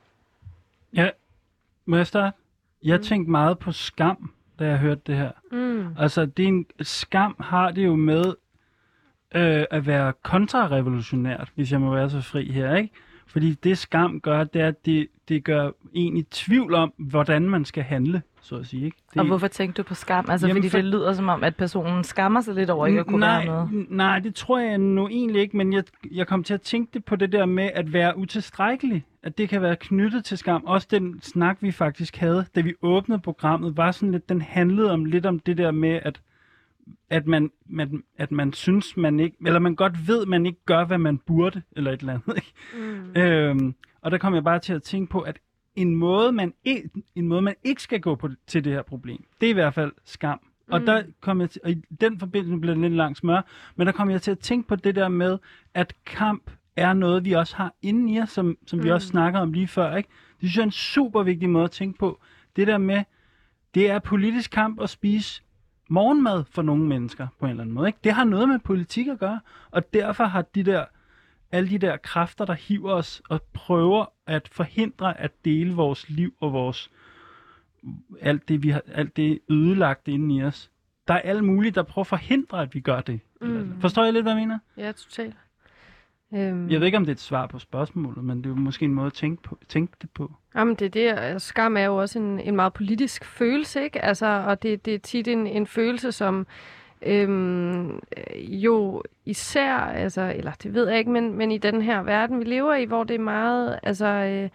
Ja, må jeg starte? Jeg tænkte meget på skam, da jeg hørte det her. Mm. Altså, det er en, skam har det jo med øh, at være kontrarevolutionært, hvis jeg må være så fri her, ikke? Fordi det skam gør, det er, at det, det gør en i tvivl om, hvordan man skal handle, så at sige, ikke? Det, Og hvorfor tænkte du på skam? Altså, Jamen, fordi for... det lyder som om, at personen skammer sig lidt over ikke at kunne nej, være noget. Nej, det tror jeg nu egentlig ikke, men jeg, jeg kom til at tænke det på det der med at være utilstrækkelig. At det kan være knyttet til skam. Også den snak, vi faktisk havde, da vi åbnede programmet, var sådan lidt, den handlede om lidt om det der med, at at man, man, at man synes, man ikke, eller man godt ved, man ikke gør, hvad man burde, eller et eller andet. Ikke? Mm. Øhm, og der kom jeg bare til at tænke på, at en måde, man ikke, en måde, man ikke skal gå på, til det her problem, det er i hvert fald skam. Mm. Og der kom jeg til, og i den forbindelse blev det lidt langt smør, men der kom jeg til at tænke på det der med, at kamp er noget, vi også har inde i os, som, som mm. vi også snakkede om lige før. Ikke? Det synes jeg er en super vigtig måde at tænke på. Det der med, det er politisk kamp at spise morgenmad for nogle mennesker på en eller anden måde. Ikke? Det har noget med politik at gøre, og derfor har de der, alle de der kræfter, der hiver os og prøver at forhindre at dele vores liv og vores, alt det, vi har, alt det ødelagt inde i os. Der er alt muligt, der prøver at forhindre, at vi gør det. Mm. Forstår jeg lidt, hvad jeg mener? Ja, totalt. Øhm. Jeg ved ikke, om det er et svar på spørgsmålet, men det er jo måske en måde at tænke, på, tænke det på. Jamen, det er det. Skam er jo også en, en meget politisk følelse, ikke? Altså, og det, det er tit en, en følelse, som øhm, jo især, altså, eller det ved jeg ikke, men, men i den her verden, vi lever i, hvor det er meget, altså, øh,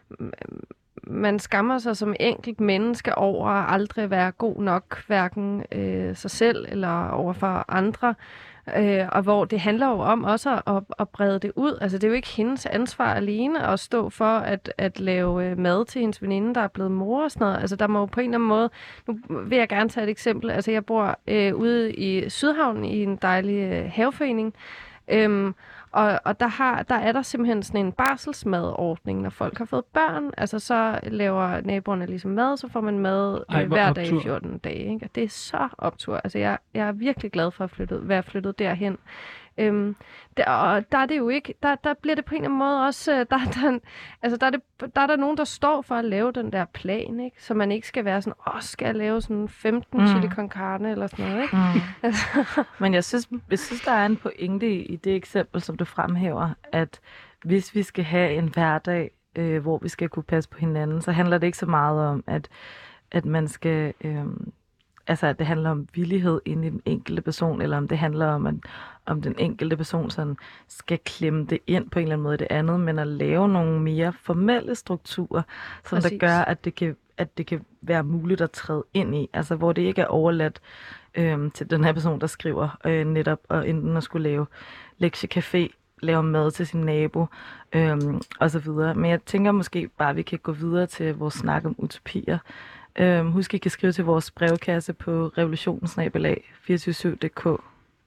man skammer sig som enkelt menneske over at aldrig være god nok, hverken øh, sig selv eller overfor andre. Øh, og hvor det handler jo om også at, at brede det ud. Altså det er jo ikke hendes ansvar alene at stå for at, at lave mad til hendes veninde, der er blevet mor og sådan noget. Altså der må jo på en eller anden måde, nu vil jeg gerne tage et eksempel. Altså jeg bor øh, ude i Sydhavnen i en dejlig øh, haveforening. Øhm, og, og der, har, der er der simpelthen sådan en barselsmadordning, når folk har fået børn. Altså så laver naboerne ligesom mad, så får man mad øh, Ej, hver optur. dag i fjorten dage. Ikke? Og det er så optur. Altså jeg, jeg er virkelig glad for at flytte, være flyttet derhen. Øhm, der, og der er det jo ikke, der, der bliver det på en eller anden måde også, der, der, altså der, er det, der er der nogen, der står for at lave den der plan, ikke? Så man ikke skal være sådan, åh, skal jeg lave sådan femten mm. chili con carne eller sådan noget, ikke? Mm. Altså. Men jeg synes, jeg synes, der er en pointe i, i det eksempel, som du fremhæver, at hvis vi skal have en hverdag, øh, hvor vi skal kunne passe på hinanden, så handler det ikke så meget om, at, at man skal... Øh, Altså, at det handler om villighed ind i den enkelte person, eller om det handler om, at om den enkelte person sådan skal klemme det ind på en eller anden måde i det andet, men at lave nogle mere formelle strukturer, som Præcis. der gør, at det, kan, at det kan være muligt at træde ind i. Altså, hvor det ikke er overladt øhm, til den her person, der skriver øh, netop, og enten at skulle lave lektiecafé, lave mad til sin nabo, øhm, og så videre. Men jeg tænker måske bare, at vi kan gå videre til vores snak om utopier. Øhm, husk, I kan skrive til vores brevkasse på revolutionen snabel-a fireogtyve syv punktum d k.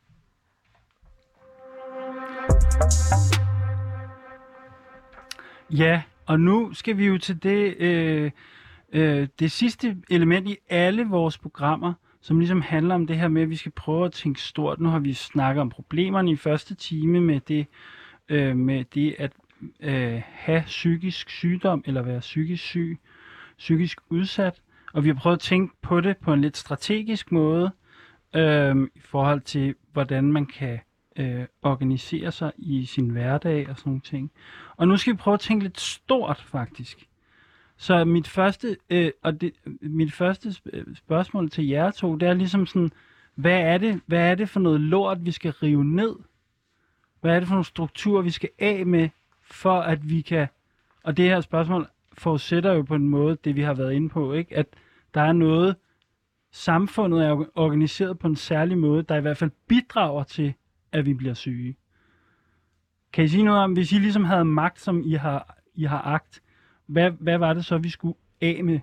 Ja, og nu skal vi jo til det, øh, øh, det sidste element i alle vores programmer, som ligesom handler om det her med, at vi skal prøve at tænke stort. Nu har vi snakket om problemerne i første time med det, øh, med det at øh, have psykisk sygdom eller være psykisk syg, psykisk udsat. Og vi har prøvet at tænke på det på en lidt strategisk måde, øh, i forhold til, hvordan man kan øh, organisere sig i sin hverdag og sådan nogle ting. Og nu skal vi prøve at tænke lidt stort, faktisk. Så mit første, øh, og det, mit første spørgsmål til jer to, det er ligesom sådan, hvad er det, hvad er det for noget lort, vi skal rive ned? Hvad er det for nogle strukturer, vi skal af med, for at vi kan... Og det her spørgsmål forudsætter jo på en måde det, vi har været inde på, ikke? At der er noget, samfundet er organiseret på en særlig måde, der i hvert fald bidrager til, at vi bliver syge. Kan I sige noget om, hvis I ligesom havde magt, som I har, I har agt, hvad, hvad var det så, vi skulle af med?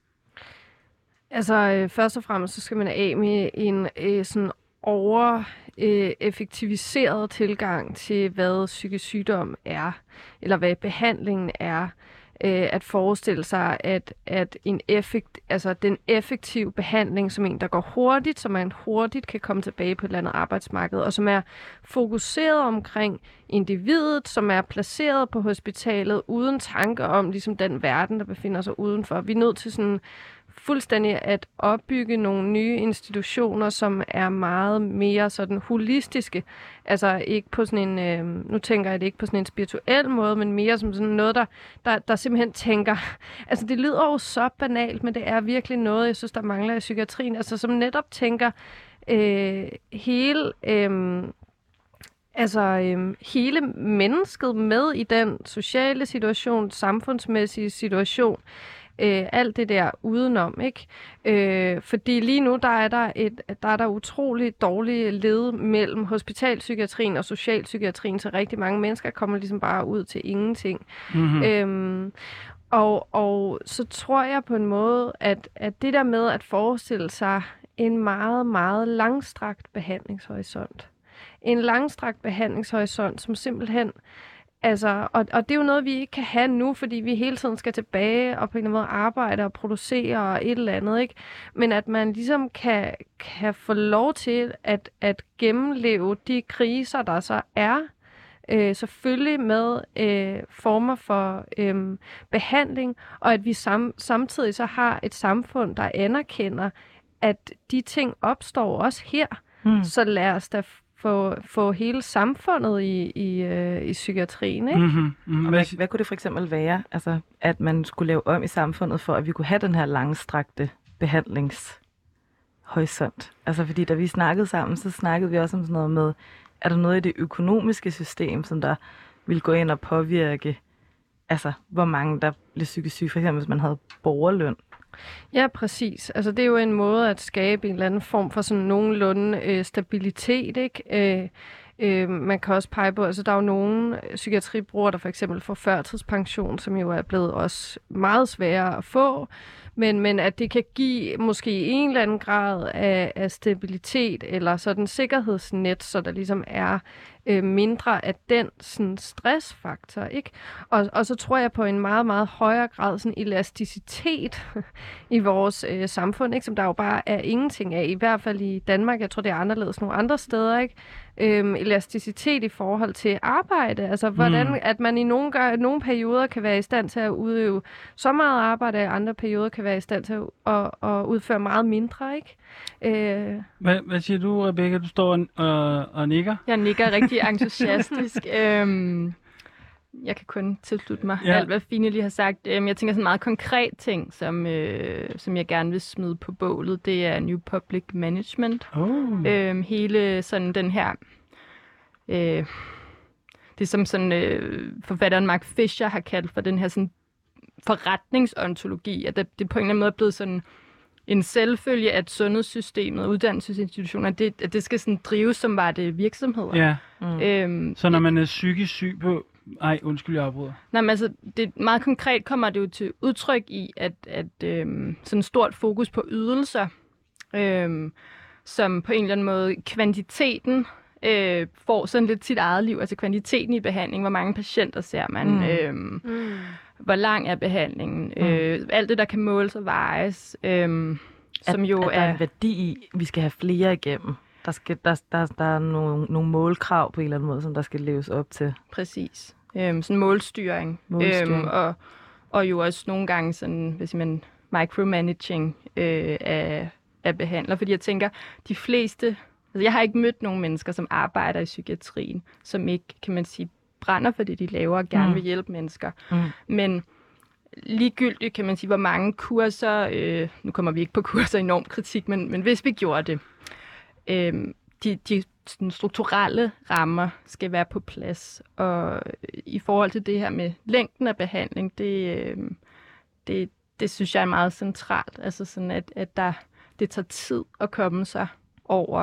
Altså, øh, først og fremmest, så skal man af med en øh, sådan over-effektiviseret øh, tilgang til, hvad psykisk sygdom er, eller hvad behandlingen er. At forestille sig, at, at en effekt, altså den effektive behandling, som en, der går hurtigt, så man hurtigt kan komme tilbage på et eller andet arbejdsmarked, og som er fokuseret omkring individet, som er placeret på hospitalet, uden tanke om ligesom den verden, der befinder sig udenfor. Vi er nødt til sådan fuldstændig at opbygge nogle nye institutioner, som er meget mere sådan holistiske. Altså ikke på sådan en, øh, nu tænker jeg det ikke på sådan en spirituel måde, men mere som sådan noget, der, der, der simpelthen tænker, altså det lyder jo så banalt, men det er virkelig noget, jeg synes, der mangler i psykiatrien, altså som netop tænker øh, hele... Øh, Altså øhm, hele mennesket med i den sociale situation, samfundsmæssige situation, øh, alt det der udenom, ikke? Øh, fordi lige nu der er der et, der er der utroligt dårlige led mellem hospitalpsykiatrien og socialpsykiatrien, så rigtig mange mennesker kommer ligesom bare ud til ingenting. Mm-hmm. Øhm, og, og så tror jeg på en måde, at, at det der med at forestille sig en meget, meget langstrakt behandlingshorisont, en langstrakt behandlingshorisont, som simpelthen, altså, og, og det er jo noget, vi ikke kan have nu, fordi vi hele tiden skal tilbage og på en eller anden måde arbejde og producere og et eller andet, ikke? Men at man ligesom kan, kan få lov til at, at gennemleve de kriser, der så er, øh, selvfølgelig med øh, former for øh, behandling, og at vi sam- samtidig så har et samfund, der anerkender, at de ting opstår også her. Mm. Så lad os da få, få hele samfundet i, i, øh, i psykiatrien, ikke? Mm-hmm. Mm-hmm. Og hvad, hvad kunne det for eksempel være, altså, at man skulle lave om i samfundet, for at vi kunne have den her langstrakte behandlingshorisont? Altså, fordi da vi snakkede sammen, så snakkede vi også om sådan noget med, er der noget i det økonomiske system, som der ville gå ind og påvirke, altså, hvor mange der blev psykisk syge, for eksempel hvis man havde borgerløn? Ja, præcis. Altså, det er jo en måde at skabe en eller anden form for sådan nogenlunde øh, stabilitet, ikke? Øh, øh, man kan også pege på, altså der er jo nogle psykiatribrugere, der for eksempel får førtidspension, som jo er blevet også meget sværere at få, men, men at det kan give måske en eller anden grad af, af stabilitet eller sådan sikkerhedsnet, så der ligesom er øh, mindre af den sådan stressfaktor, ikke? Og, og så tror jeg på en meget, meget højere grad sådan elasticitet i vores øh, samfund, ikke? Som der jo bare er ingenting af, i hvert fald i Danmark. Jeg tror, det er anderledes nogle andre steder, ikke? Øhm, elasticitet i forhold til arbejde, altså hvordan, mm. at man i nogle, gør, nogle perioder kan være i stand til at udøve så meget arbejde, og andre perioder kan være i stand til at, at, at udføre meget mindre, ikke? Øh... Hvad, hvad siger du, Rebecca? Du står og, og, og nikker? Jeg nikker rigtig entusiastisk. øhm, jeg kan kun tilslutte mig ja. alt, hvad Fine lige har sagt. Øhm, jeg tænker sådan en meget konkret ting, som, øh, som jeg gerne vil smide på bålet. Det er New Public Management. Oh. Øhm, hele sådan den her... Øh, det som sådan øh, forfatteren Mark Fisher har kaldt for den her sådan forretningsontologi, at det, det på en eller anden måde er blevet sådan en selvfølge, at sundhedssystemet og uddannelsesinstitutioner, det, at det skal sådan drives som var det virksomheder. Ja. Mm. Øhm, så når man er psykisk syg på... Ej, undskyld, jeg afbryder. Nej, men altså, det, meget konkret kommer det jo til udtryk i, at, at øhm, sådan stort fokus på ydelser, øhm, som på en eller anden måde kvantiteten øh, får sådan lidt sit eget liv, altså kvantiteten i behandling, hvor mange patienter ser man, mm. Øhm, mm. hvor lang er behandlingen, mm. øh, alt det, der kan måles og vejes, øhm, som at, jo at er... der er en værdi i, vi skal have flere igennem. Der, skal, der, der, der er nogle, nogle målkrav på en eller anden måde, som der skal leves op til. Præcis. Øhm, sådan målstyring. målstyring. Øhm, og, og jo også nogle gange sådan, hvis man micromanaging øh, af, af behandler. Fordi jeg tænker, de fleste... Altså jeg har ikke mødt nogen mennesker, som arbejder i psykiatrien, som ikke, kan man sige, brænder for det, de laver og gerne mm. vil hjælpe mennesker. Mm. Men ligegyldigt, kan man sige, hvor mange kurser... Øh, nu kommer vi ikke på kurser enorm kritik, men, men hvis vi gjorde det... Øh, de, de sådan strukturelle rammer skal være på plads. Og i forhold til det her med længden af behandling, det, øh, det, det synes jeg er meget centralt. Altså sådan, at, at der, det tager tid at komme sig over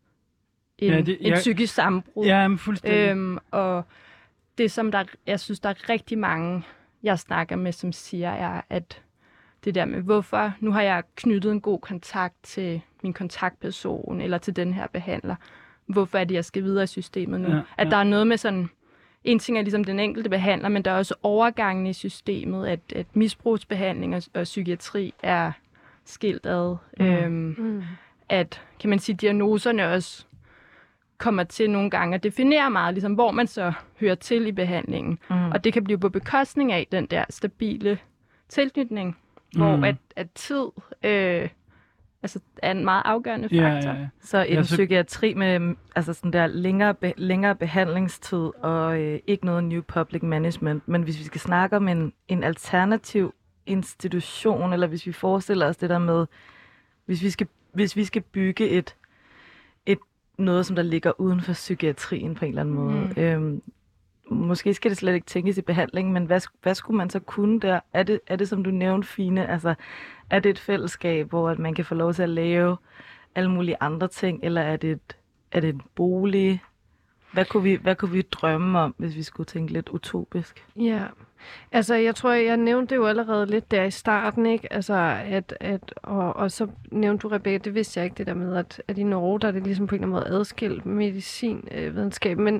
en, ja, det, jeg, en psykisk sammenbrud. Ja, fuldstændig. Øhm, og det, som der, jeg synes, der er rigtig mange, jeg snakker med, som siger, er, at det der med, hvorfor nu har jeg knyttet en god kontakt til min kontaktperson, eller til den her behandler. Hvorfor er det, jeg skal videre i systemet nu? Ja, ja. At der er noget med sådan, en ting er ligesom den enkelte behandler, men der er også overgangen i systemet, at, at misbrugsbehandling og, og psykiatri er skilt ad. Mm. Øhm, mm. At, kan man sige, diagnoserne også kommer til nogle gange at definere meget, ligesom hvor man så hører til i behandlingen. Mm. Og det kan blive på bekostning af den der stabile tilknytning, mm. hvor at, at tid... Øh, altså er en meget afgørende faktor. Ja, ja, ja. Så en ja, så... psykiatri med altså sådan der længere, be- længere behandlingstid og øh, ikke noget new public management. Men hvis vi skal snakke om en, en alternativ institution, eller hvis vi forestiller os det der med, hvis vi skal, hvis vi skal bygge et, et noget, som der ligger uden for psykiatrien på en eller anden måde. Mm. Øhm, måske skal det slet ikke tænkes i behandling, men hvad, hvad skulle man så kunne der? Er det, er det, som du nævnte, Fine, altså er det et fællesskab, hvor at man kan få lov til at lave alle mulige andre ting, eller er det, et, er det en bolig? Hvad kunne, vi, hvad kunne vi drømme om, hvis vi skulle tænke lidt utopisk? Ja, altså jeg tror, jeg nævnte det jo allerede lidt der i starten, ikke? Altså, at, at, og, og så nævnte du, Rebecca, det vidste jeg ikke, det der med, at, at i Norge, der er det ligesom på en eller anden måde adskilt medicinvidenskab, men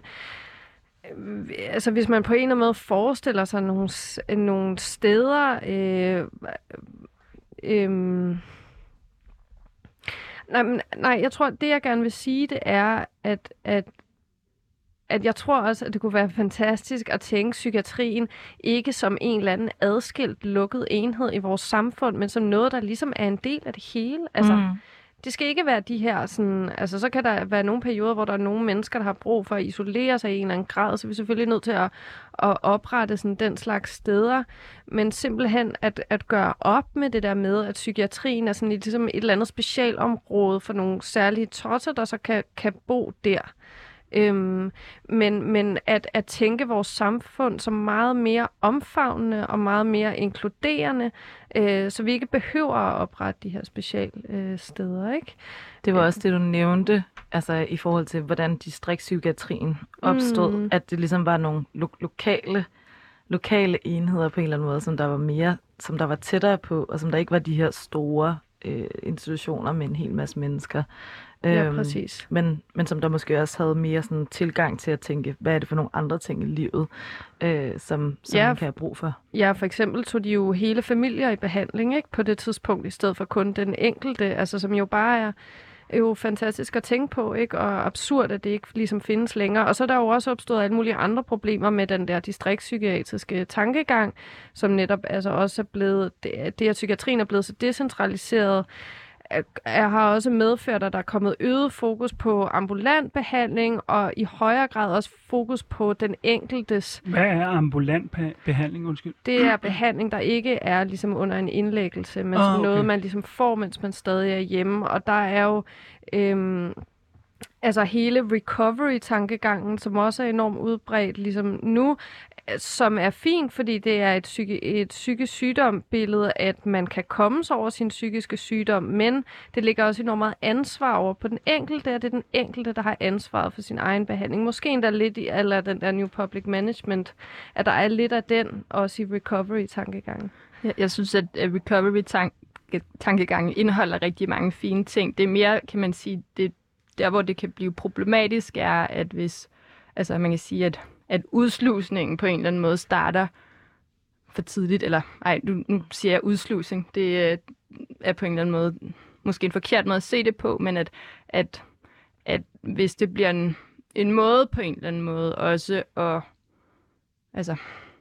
øh, altså hvis man på en eller anden måde forestiller sig nogle, nogle steder, øh, Øhm. Nej, men, nej, jeg tror, det jeg gerne vil sige, det er, at, at at jeg tror også, at det kunne være fantastisk at tænke psykiatrien ikke som en eller anden adskilt, lukket enhed i vores samfund, men som noget, der ligesom er en del af det hele. Altså, mm. det skal ikke være de her sådan... Altså, så kan der være nogle perioder, hvor der er nogle mennesker, der har brug for at isolere sig i en eller anden grad, så vi er selvfølgelig nødt til at, at oprette sådan den slags steder, men simpelthen at, at gøre op med det der med, at psykiatrien er sådan ligesom et eller andet specialområde for nogle særlige tosser, der så kan, kan bo der. Øhm, men men at, at tænke vores samfund som meget mere omfavnende og meget mere inkluderende, øh, så vi ikke behøver at oprette de her specialsteder, øh, ikke? Det var også det, du nævnte, altså i forhold til, hvordan distriktspsykiatrien opstod, mm. at det ligesom var nogle lo- lokale, lokale enheder på en eller anden måde, som der var mere, som der var tættere på, og som der ikke var de her store øh, institutioner med en hel masse mennesker. Ja, præcis. Men, men som der måske også havde mere sådan tilgang til at tænke, hvad er det for nogle andre ting i livet, øh, som, som ja, man kan have brug for. Ja, for eksempel tog de jo hele familier i behandling, ikke, på det tidspunkt, i stedet for kun den enkelte, altså som jo bare er, er jo fantastisk at tænke på, ikke, og absurd, at det ikke ligesom findes længere. Og så er der jo også opstået alle mulige andre problemer med den der distriktspsykiatriske tankegang, som netop altså også er blevet, det, det at psykiatrien er blevet så decentraliseret, jeg har også medført, at der er kommet øget fokus på ambulant behandling, og i højere grad også fokus på den enkeltes... Hvad er ambulant behandling, undskyld? Det er behandling, der ikke er ligesom under en indlæggelse, men oh, okay. noget, man ligesom får, mens man stadig er hjemme. Og der er jo... Øhm, altså hele recovery-tankegangen, som også er enormt udbredt ligesom nu, som er fint, fordi det er et, psyki- et psykisk sygdombillede, at man kan komme sig over sin psykiske sygdom, men det ligger også enormt meget ansvar over på den enkelte, og det er den enkelte, der har ansvaret for sin egen behandling. Måske endda lidt i eller den der New Public Management, at der er lidt af den også i recovery-tankegangen. Jeg, jeg synes, at recovery-tankegangen indeholder rigtig mange fine ting. Det er mere, kan man sige, det der, hvor det kan blive problematisk, er, at hvis, altså man kan sige, at, at udslusningen på en eller anden måde starter for tidligt, eller ej, nu, nu siger jeg udslusning, det øh, er på en eller anden måde måske en forkert måde at se det på, men at, at, at hvis det bliver en, en måde på en eller anden måde også at, altså,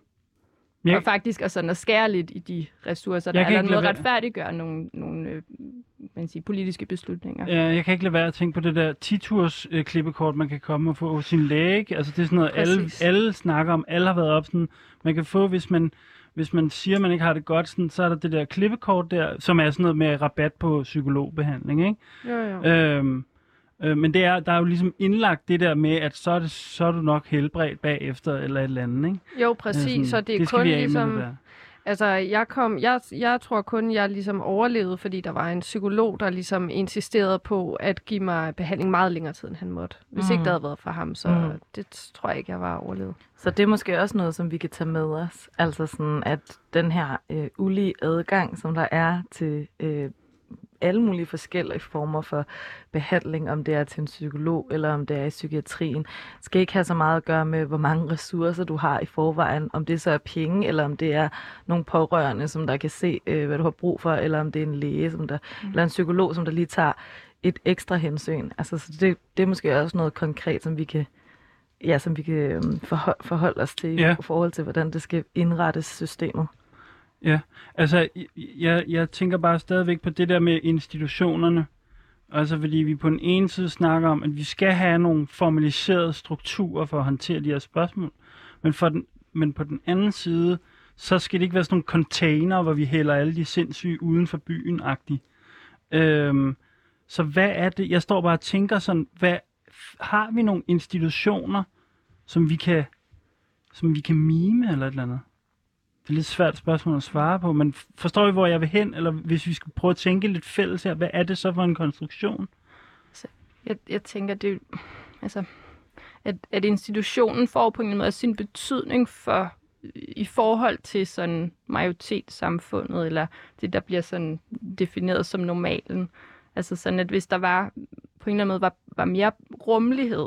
ja. Og faktisk og sådan at skære lidt i de ressourcer, der er der noget retfærdiggøre nogle, nogle øh, man siger, politiske beslutninger. Ja, jeg kan ikke lade være at tænke på det der ti-turs øh, klippekort, man kan komme og få sin læge. Altså det er sådan noget, alle, alle snakker om, alle har været op sådan, man kan få, hvis man, hvis man siger, man ikke har det godt, sådan, så er der det der klippekort der, som er sådan noget med rabat på psykologbehandling, ikke? Jo, jo. Øhm, øh, men det er, der er jo ligesom indlagt det der med, at så er, det, så er du nok helbredt bagefter, eller et eller andet, ikke? Jo, præcis, sådan, så det er det kun ligesom... Altså, jeg, kom, jeg, jeg tror kun, jeg ligesom overlevede, fordi der var en psykolog, der ligesom insisterede på at give mig behandling meget længere tid, end han måtte. Hvis mm. ikke det havde været for ham, så mm. det tror jeg ikke, jeg var overlevet. Så det er måske også noget, som vi kan tage med os. Altså sådan, at den her øh, ulige adgang, som der er til øh, alle mulige forskellige former for behandling, om det er til en psykolog, eller om det er i psykiatrien, skal ikke have så meget at gøre med, hvor mange ressourcer du har i forvejen, om det så er penge, eller om det er nogle pårørende, som der kan se, øh, hvad du har brug for, eller om det er en læge, som der, mm. eller en psykolog, som der lige tager et ekstra hensyn. Altså, så det, det er måske også noget konkret, som vi kan, ja, som vi kan øh, forhold, forholde os til ja. I forhold til, hvordan det skal indrettes systemet. Ja, altså jeg, jeg tænker bare stadigvæk på det der med institutionerne. Altså fordi vi på den ene side snakker om, at vi skal have nogle formaliserede strukturer for at håndtere de her spørgsmål. Men, for den, men på den anden side, så skal det ikke være sådan nogle container, hvor vi hælder alle de sindssyge uden for byen-agtigt. Øhm, så hvad er det? Jeg står bare og tænker sådan, hvad, har vi nogle institutioner, som vi kan, som vi kan mime eller et eller andet? Det er lidt svært spørgsmål at svare på, men forstår I, hvor jeg vil hen? Eller hvis vi skal prøve at tænke lidt fælles her, hvad er det så for en konstruktion? Altså, jeg, jeg tænker, det altså, at, at institutionen får på en eller anden måde sin betydning for i forhold til sådan majoritetssamfundet, eller det, der bliver sådan defineret som normalen. Altså sådan, at hvis der var på en eller anden måde var, var mere rummelighed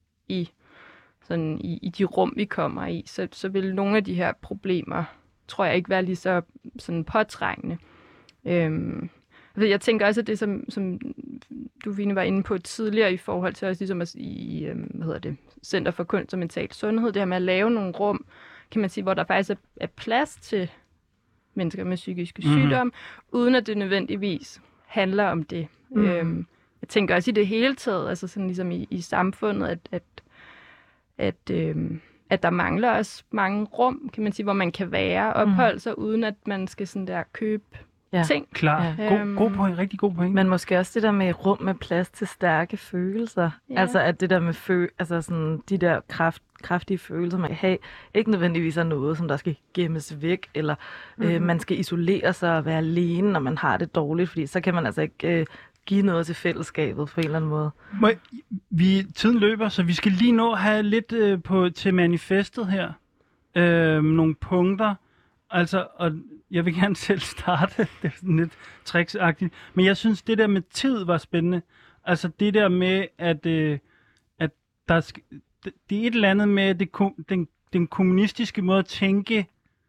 i sådan i, i de rum, vi kommer i, så, så vil nogle af de her problemer, tror jeg, ikke være lige så sådan påtrængende. Øhm, jeg tænker også, at det, som, som du Vine var inde på tidligere i forhold til også ligesom at, i øh, hvad hedder det, Center for Kunst og Mental Sundhed, det her med at lave nogle rum, kan man sige, hvor der faktisk er, er plads til mennesker med psykiske mm-hmm. sygdomme, uden at det nødvendigvis handler om det. Mm. Øhm, jeg tænker også i det hele taget, altså sådan ligesom i, i samfundet, at, at, at, øhm, at der mangler også mange rum, kan man sige, hvor man kan være og opholde sig, mm. uden at man skal sådan der købe ja. ting. Klar. Ja. God, god point, rigtig god point. Men måske også det der med rum med plads til stærke følelser. Ja. Altså at det der med fø- altså sådan de der kraft kraftige følelser, man kan have, ikke nødvendigvis er noget, som der skal gemmes væk, eller mm-hmm. øh, man skal isolere sig og være alene, når man har det dårligt, fordi så kan man altså ikke øh, give noget til fællesskabet på en eller anden måde. Må, vi, tiden løber, så vi skal lige nå at have lidt øh, på, til manifestet her. Øh, nogle punkter. Altså, og jeg vil gerne selv starte, det er sådan lidt tricksagtigt, men jeg synes, det der med tid var spændende. Altså det der med, at, øh, at der skal det er et eller andet med det, den, den kommunistiske måde at tænke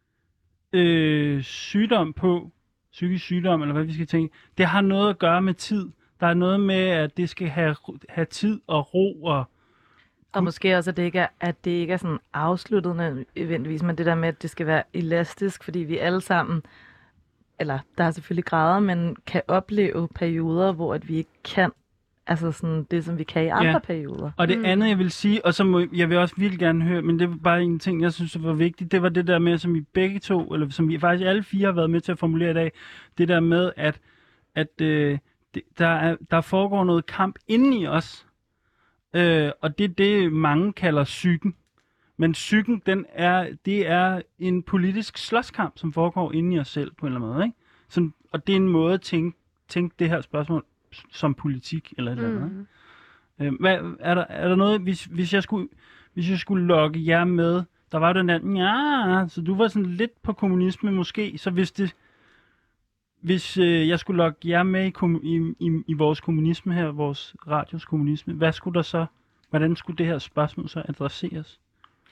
øh, sygdom på, psykisk sygdom, eller hvad vi skal tænke, det har noget at gøre med tid. Der er noget med, at det skal have, have tid og ro. Og, og måske også, at det ikke er, at det ikke er sådan afsluttet nødvendigvis, men det der med, at det skal være elastisk, fordi vi alle sammen, eller der er selvfølgelig grader, men kan opleve perioder, hvor at vi ikke kan altså sådan det, som vi kan i andre ja. perioder. Og det mm. andet, jeg vil sige, og så må jeg vil også virkelig gerne høre, men det var bare en ting, jeg synes var vigtigt, det var det der med, som vi begge to, eller som vi faktisk alle fire har været med til at formulere i dag, det der med, at, at øh, det, der, er, der foregår noget kamp inde i os, øh, og det er det, mange kalder psyken. Men psyken, den er, det er en politisk slåskamp, som foregår inde i os selv på en eller anden måde. Ikke? Sådan, og det er en måde at tænke, tænke det her spørgsmål som politik eller et mm. eller andet. Øh, hvad, er, der, er der noget, hvis, hvis, jeg skulle, hvis jeg skulle lokke jer med, der var den der, ja, så du var sådan lidt på kommunisme måske, så hvis det, hvis øh, jeg skulle lokke jer med i, i, i, i vores kommunisme her, vores radios kommunisme, hvad skulle der så, hvordan skulle det her spørgsmål så adresseres?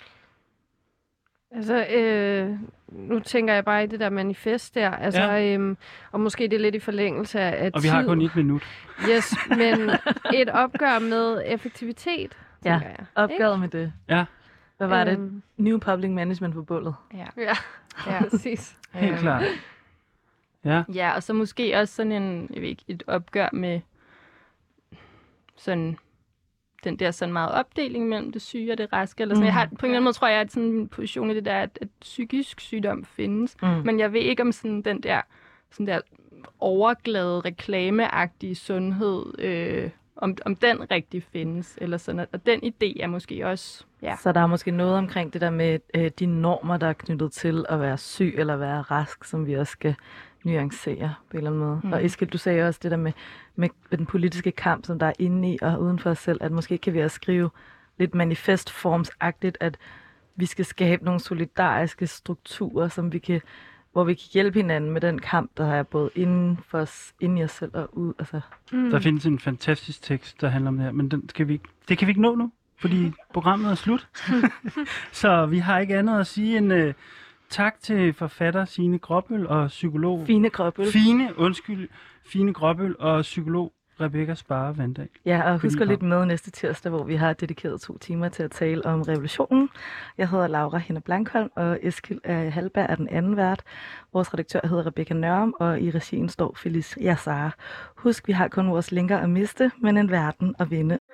Altså, øh, nu tænker jeg bare i det der manifest der, altså, ja. øhm, og måske det er lidt i forlængelse af tid. Og vi har kun et minut. Yes, men et opgør med effektivitet, ja, tænker jeg. opgøret ikke? med det. Ja. Hvad var øhm, det? New Public Management på bålet. Ja, ja, ja præcis. Helt klart. Ja. Ja, og så måske også sådan en, jeg ved ikke, et opgør med sådan den der sådan meget opdeling mellem det syge og det raske. Eller sådan. Mm. Jeg har, på en eller anden måde tror jeg, at sådan en position i det der, at, at psykisk sygdom findes. Mm. Men jeg ved ikke, om sådan den der, sådan der overglade, reklameagtige sundhed, øh, om, om den rigtig findes. Eller sådan, og den idé er måske også... Ja. Så der er måske noget omkring det der med øh, de normer, der er knyttet til at være syg eller være rask, som vi også skal nuancere på en eller anden måde. Mm. Og Eskild, du sagde også det der med, med, med den politiske kamp, som der er inde i og uden for os selv, at måske kan vi også skrive lidt manifestformsagtigt, at vi skal skabe nogle solidariske strukturer, som vi kan, hvor vi kan hjælpe hinanden med den kamp, der er både inden for os, inde i os selv og ud. Altså. Mm. Der findes en fantastisk tekst, der handler om det her, men den skal vi ikke, det kan vi ikke nå nu, fordi programmet er slut. Så vi har ikke andet at sige end... Uh, tak til forfatter Signe Gråbøl og psykolog... Fine Gråbøl. Fine, undskyld, Fine Gråbøl og psykolog Rebecca Sparre Vandal. Ja, og husk lidt med næste tirsdag, hvor vi har dedikeret to timer til at tale om revolutionen. Jeg hedder Laura Henne Blankholm, og Eskild Halberg er den anden vært. Vores redaktør hedder Rebecca Nørum, og i regien står Felice Yassar. Husk, vi har kun vores linker at miste, men en verden at vinde.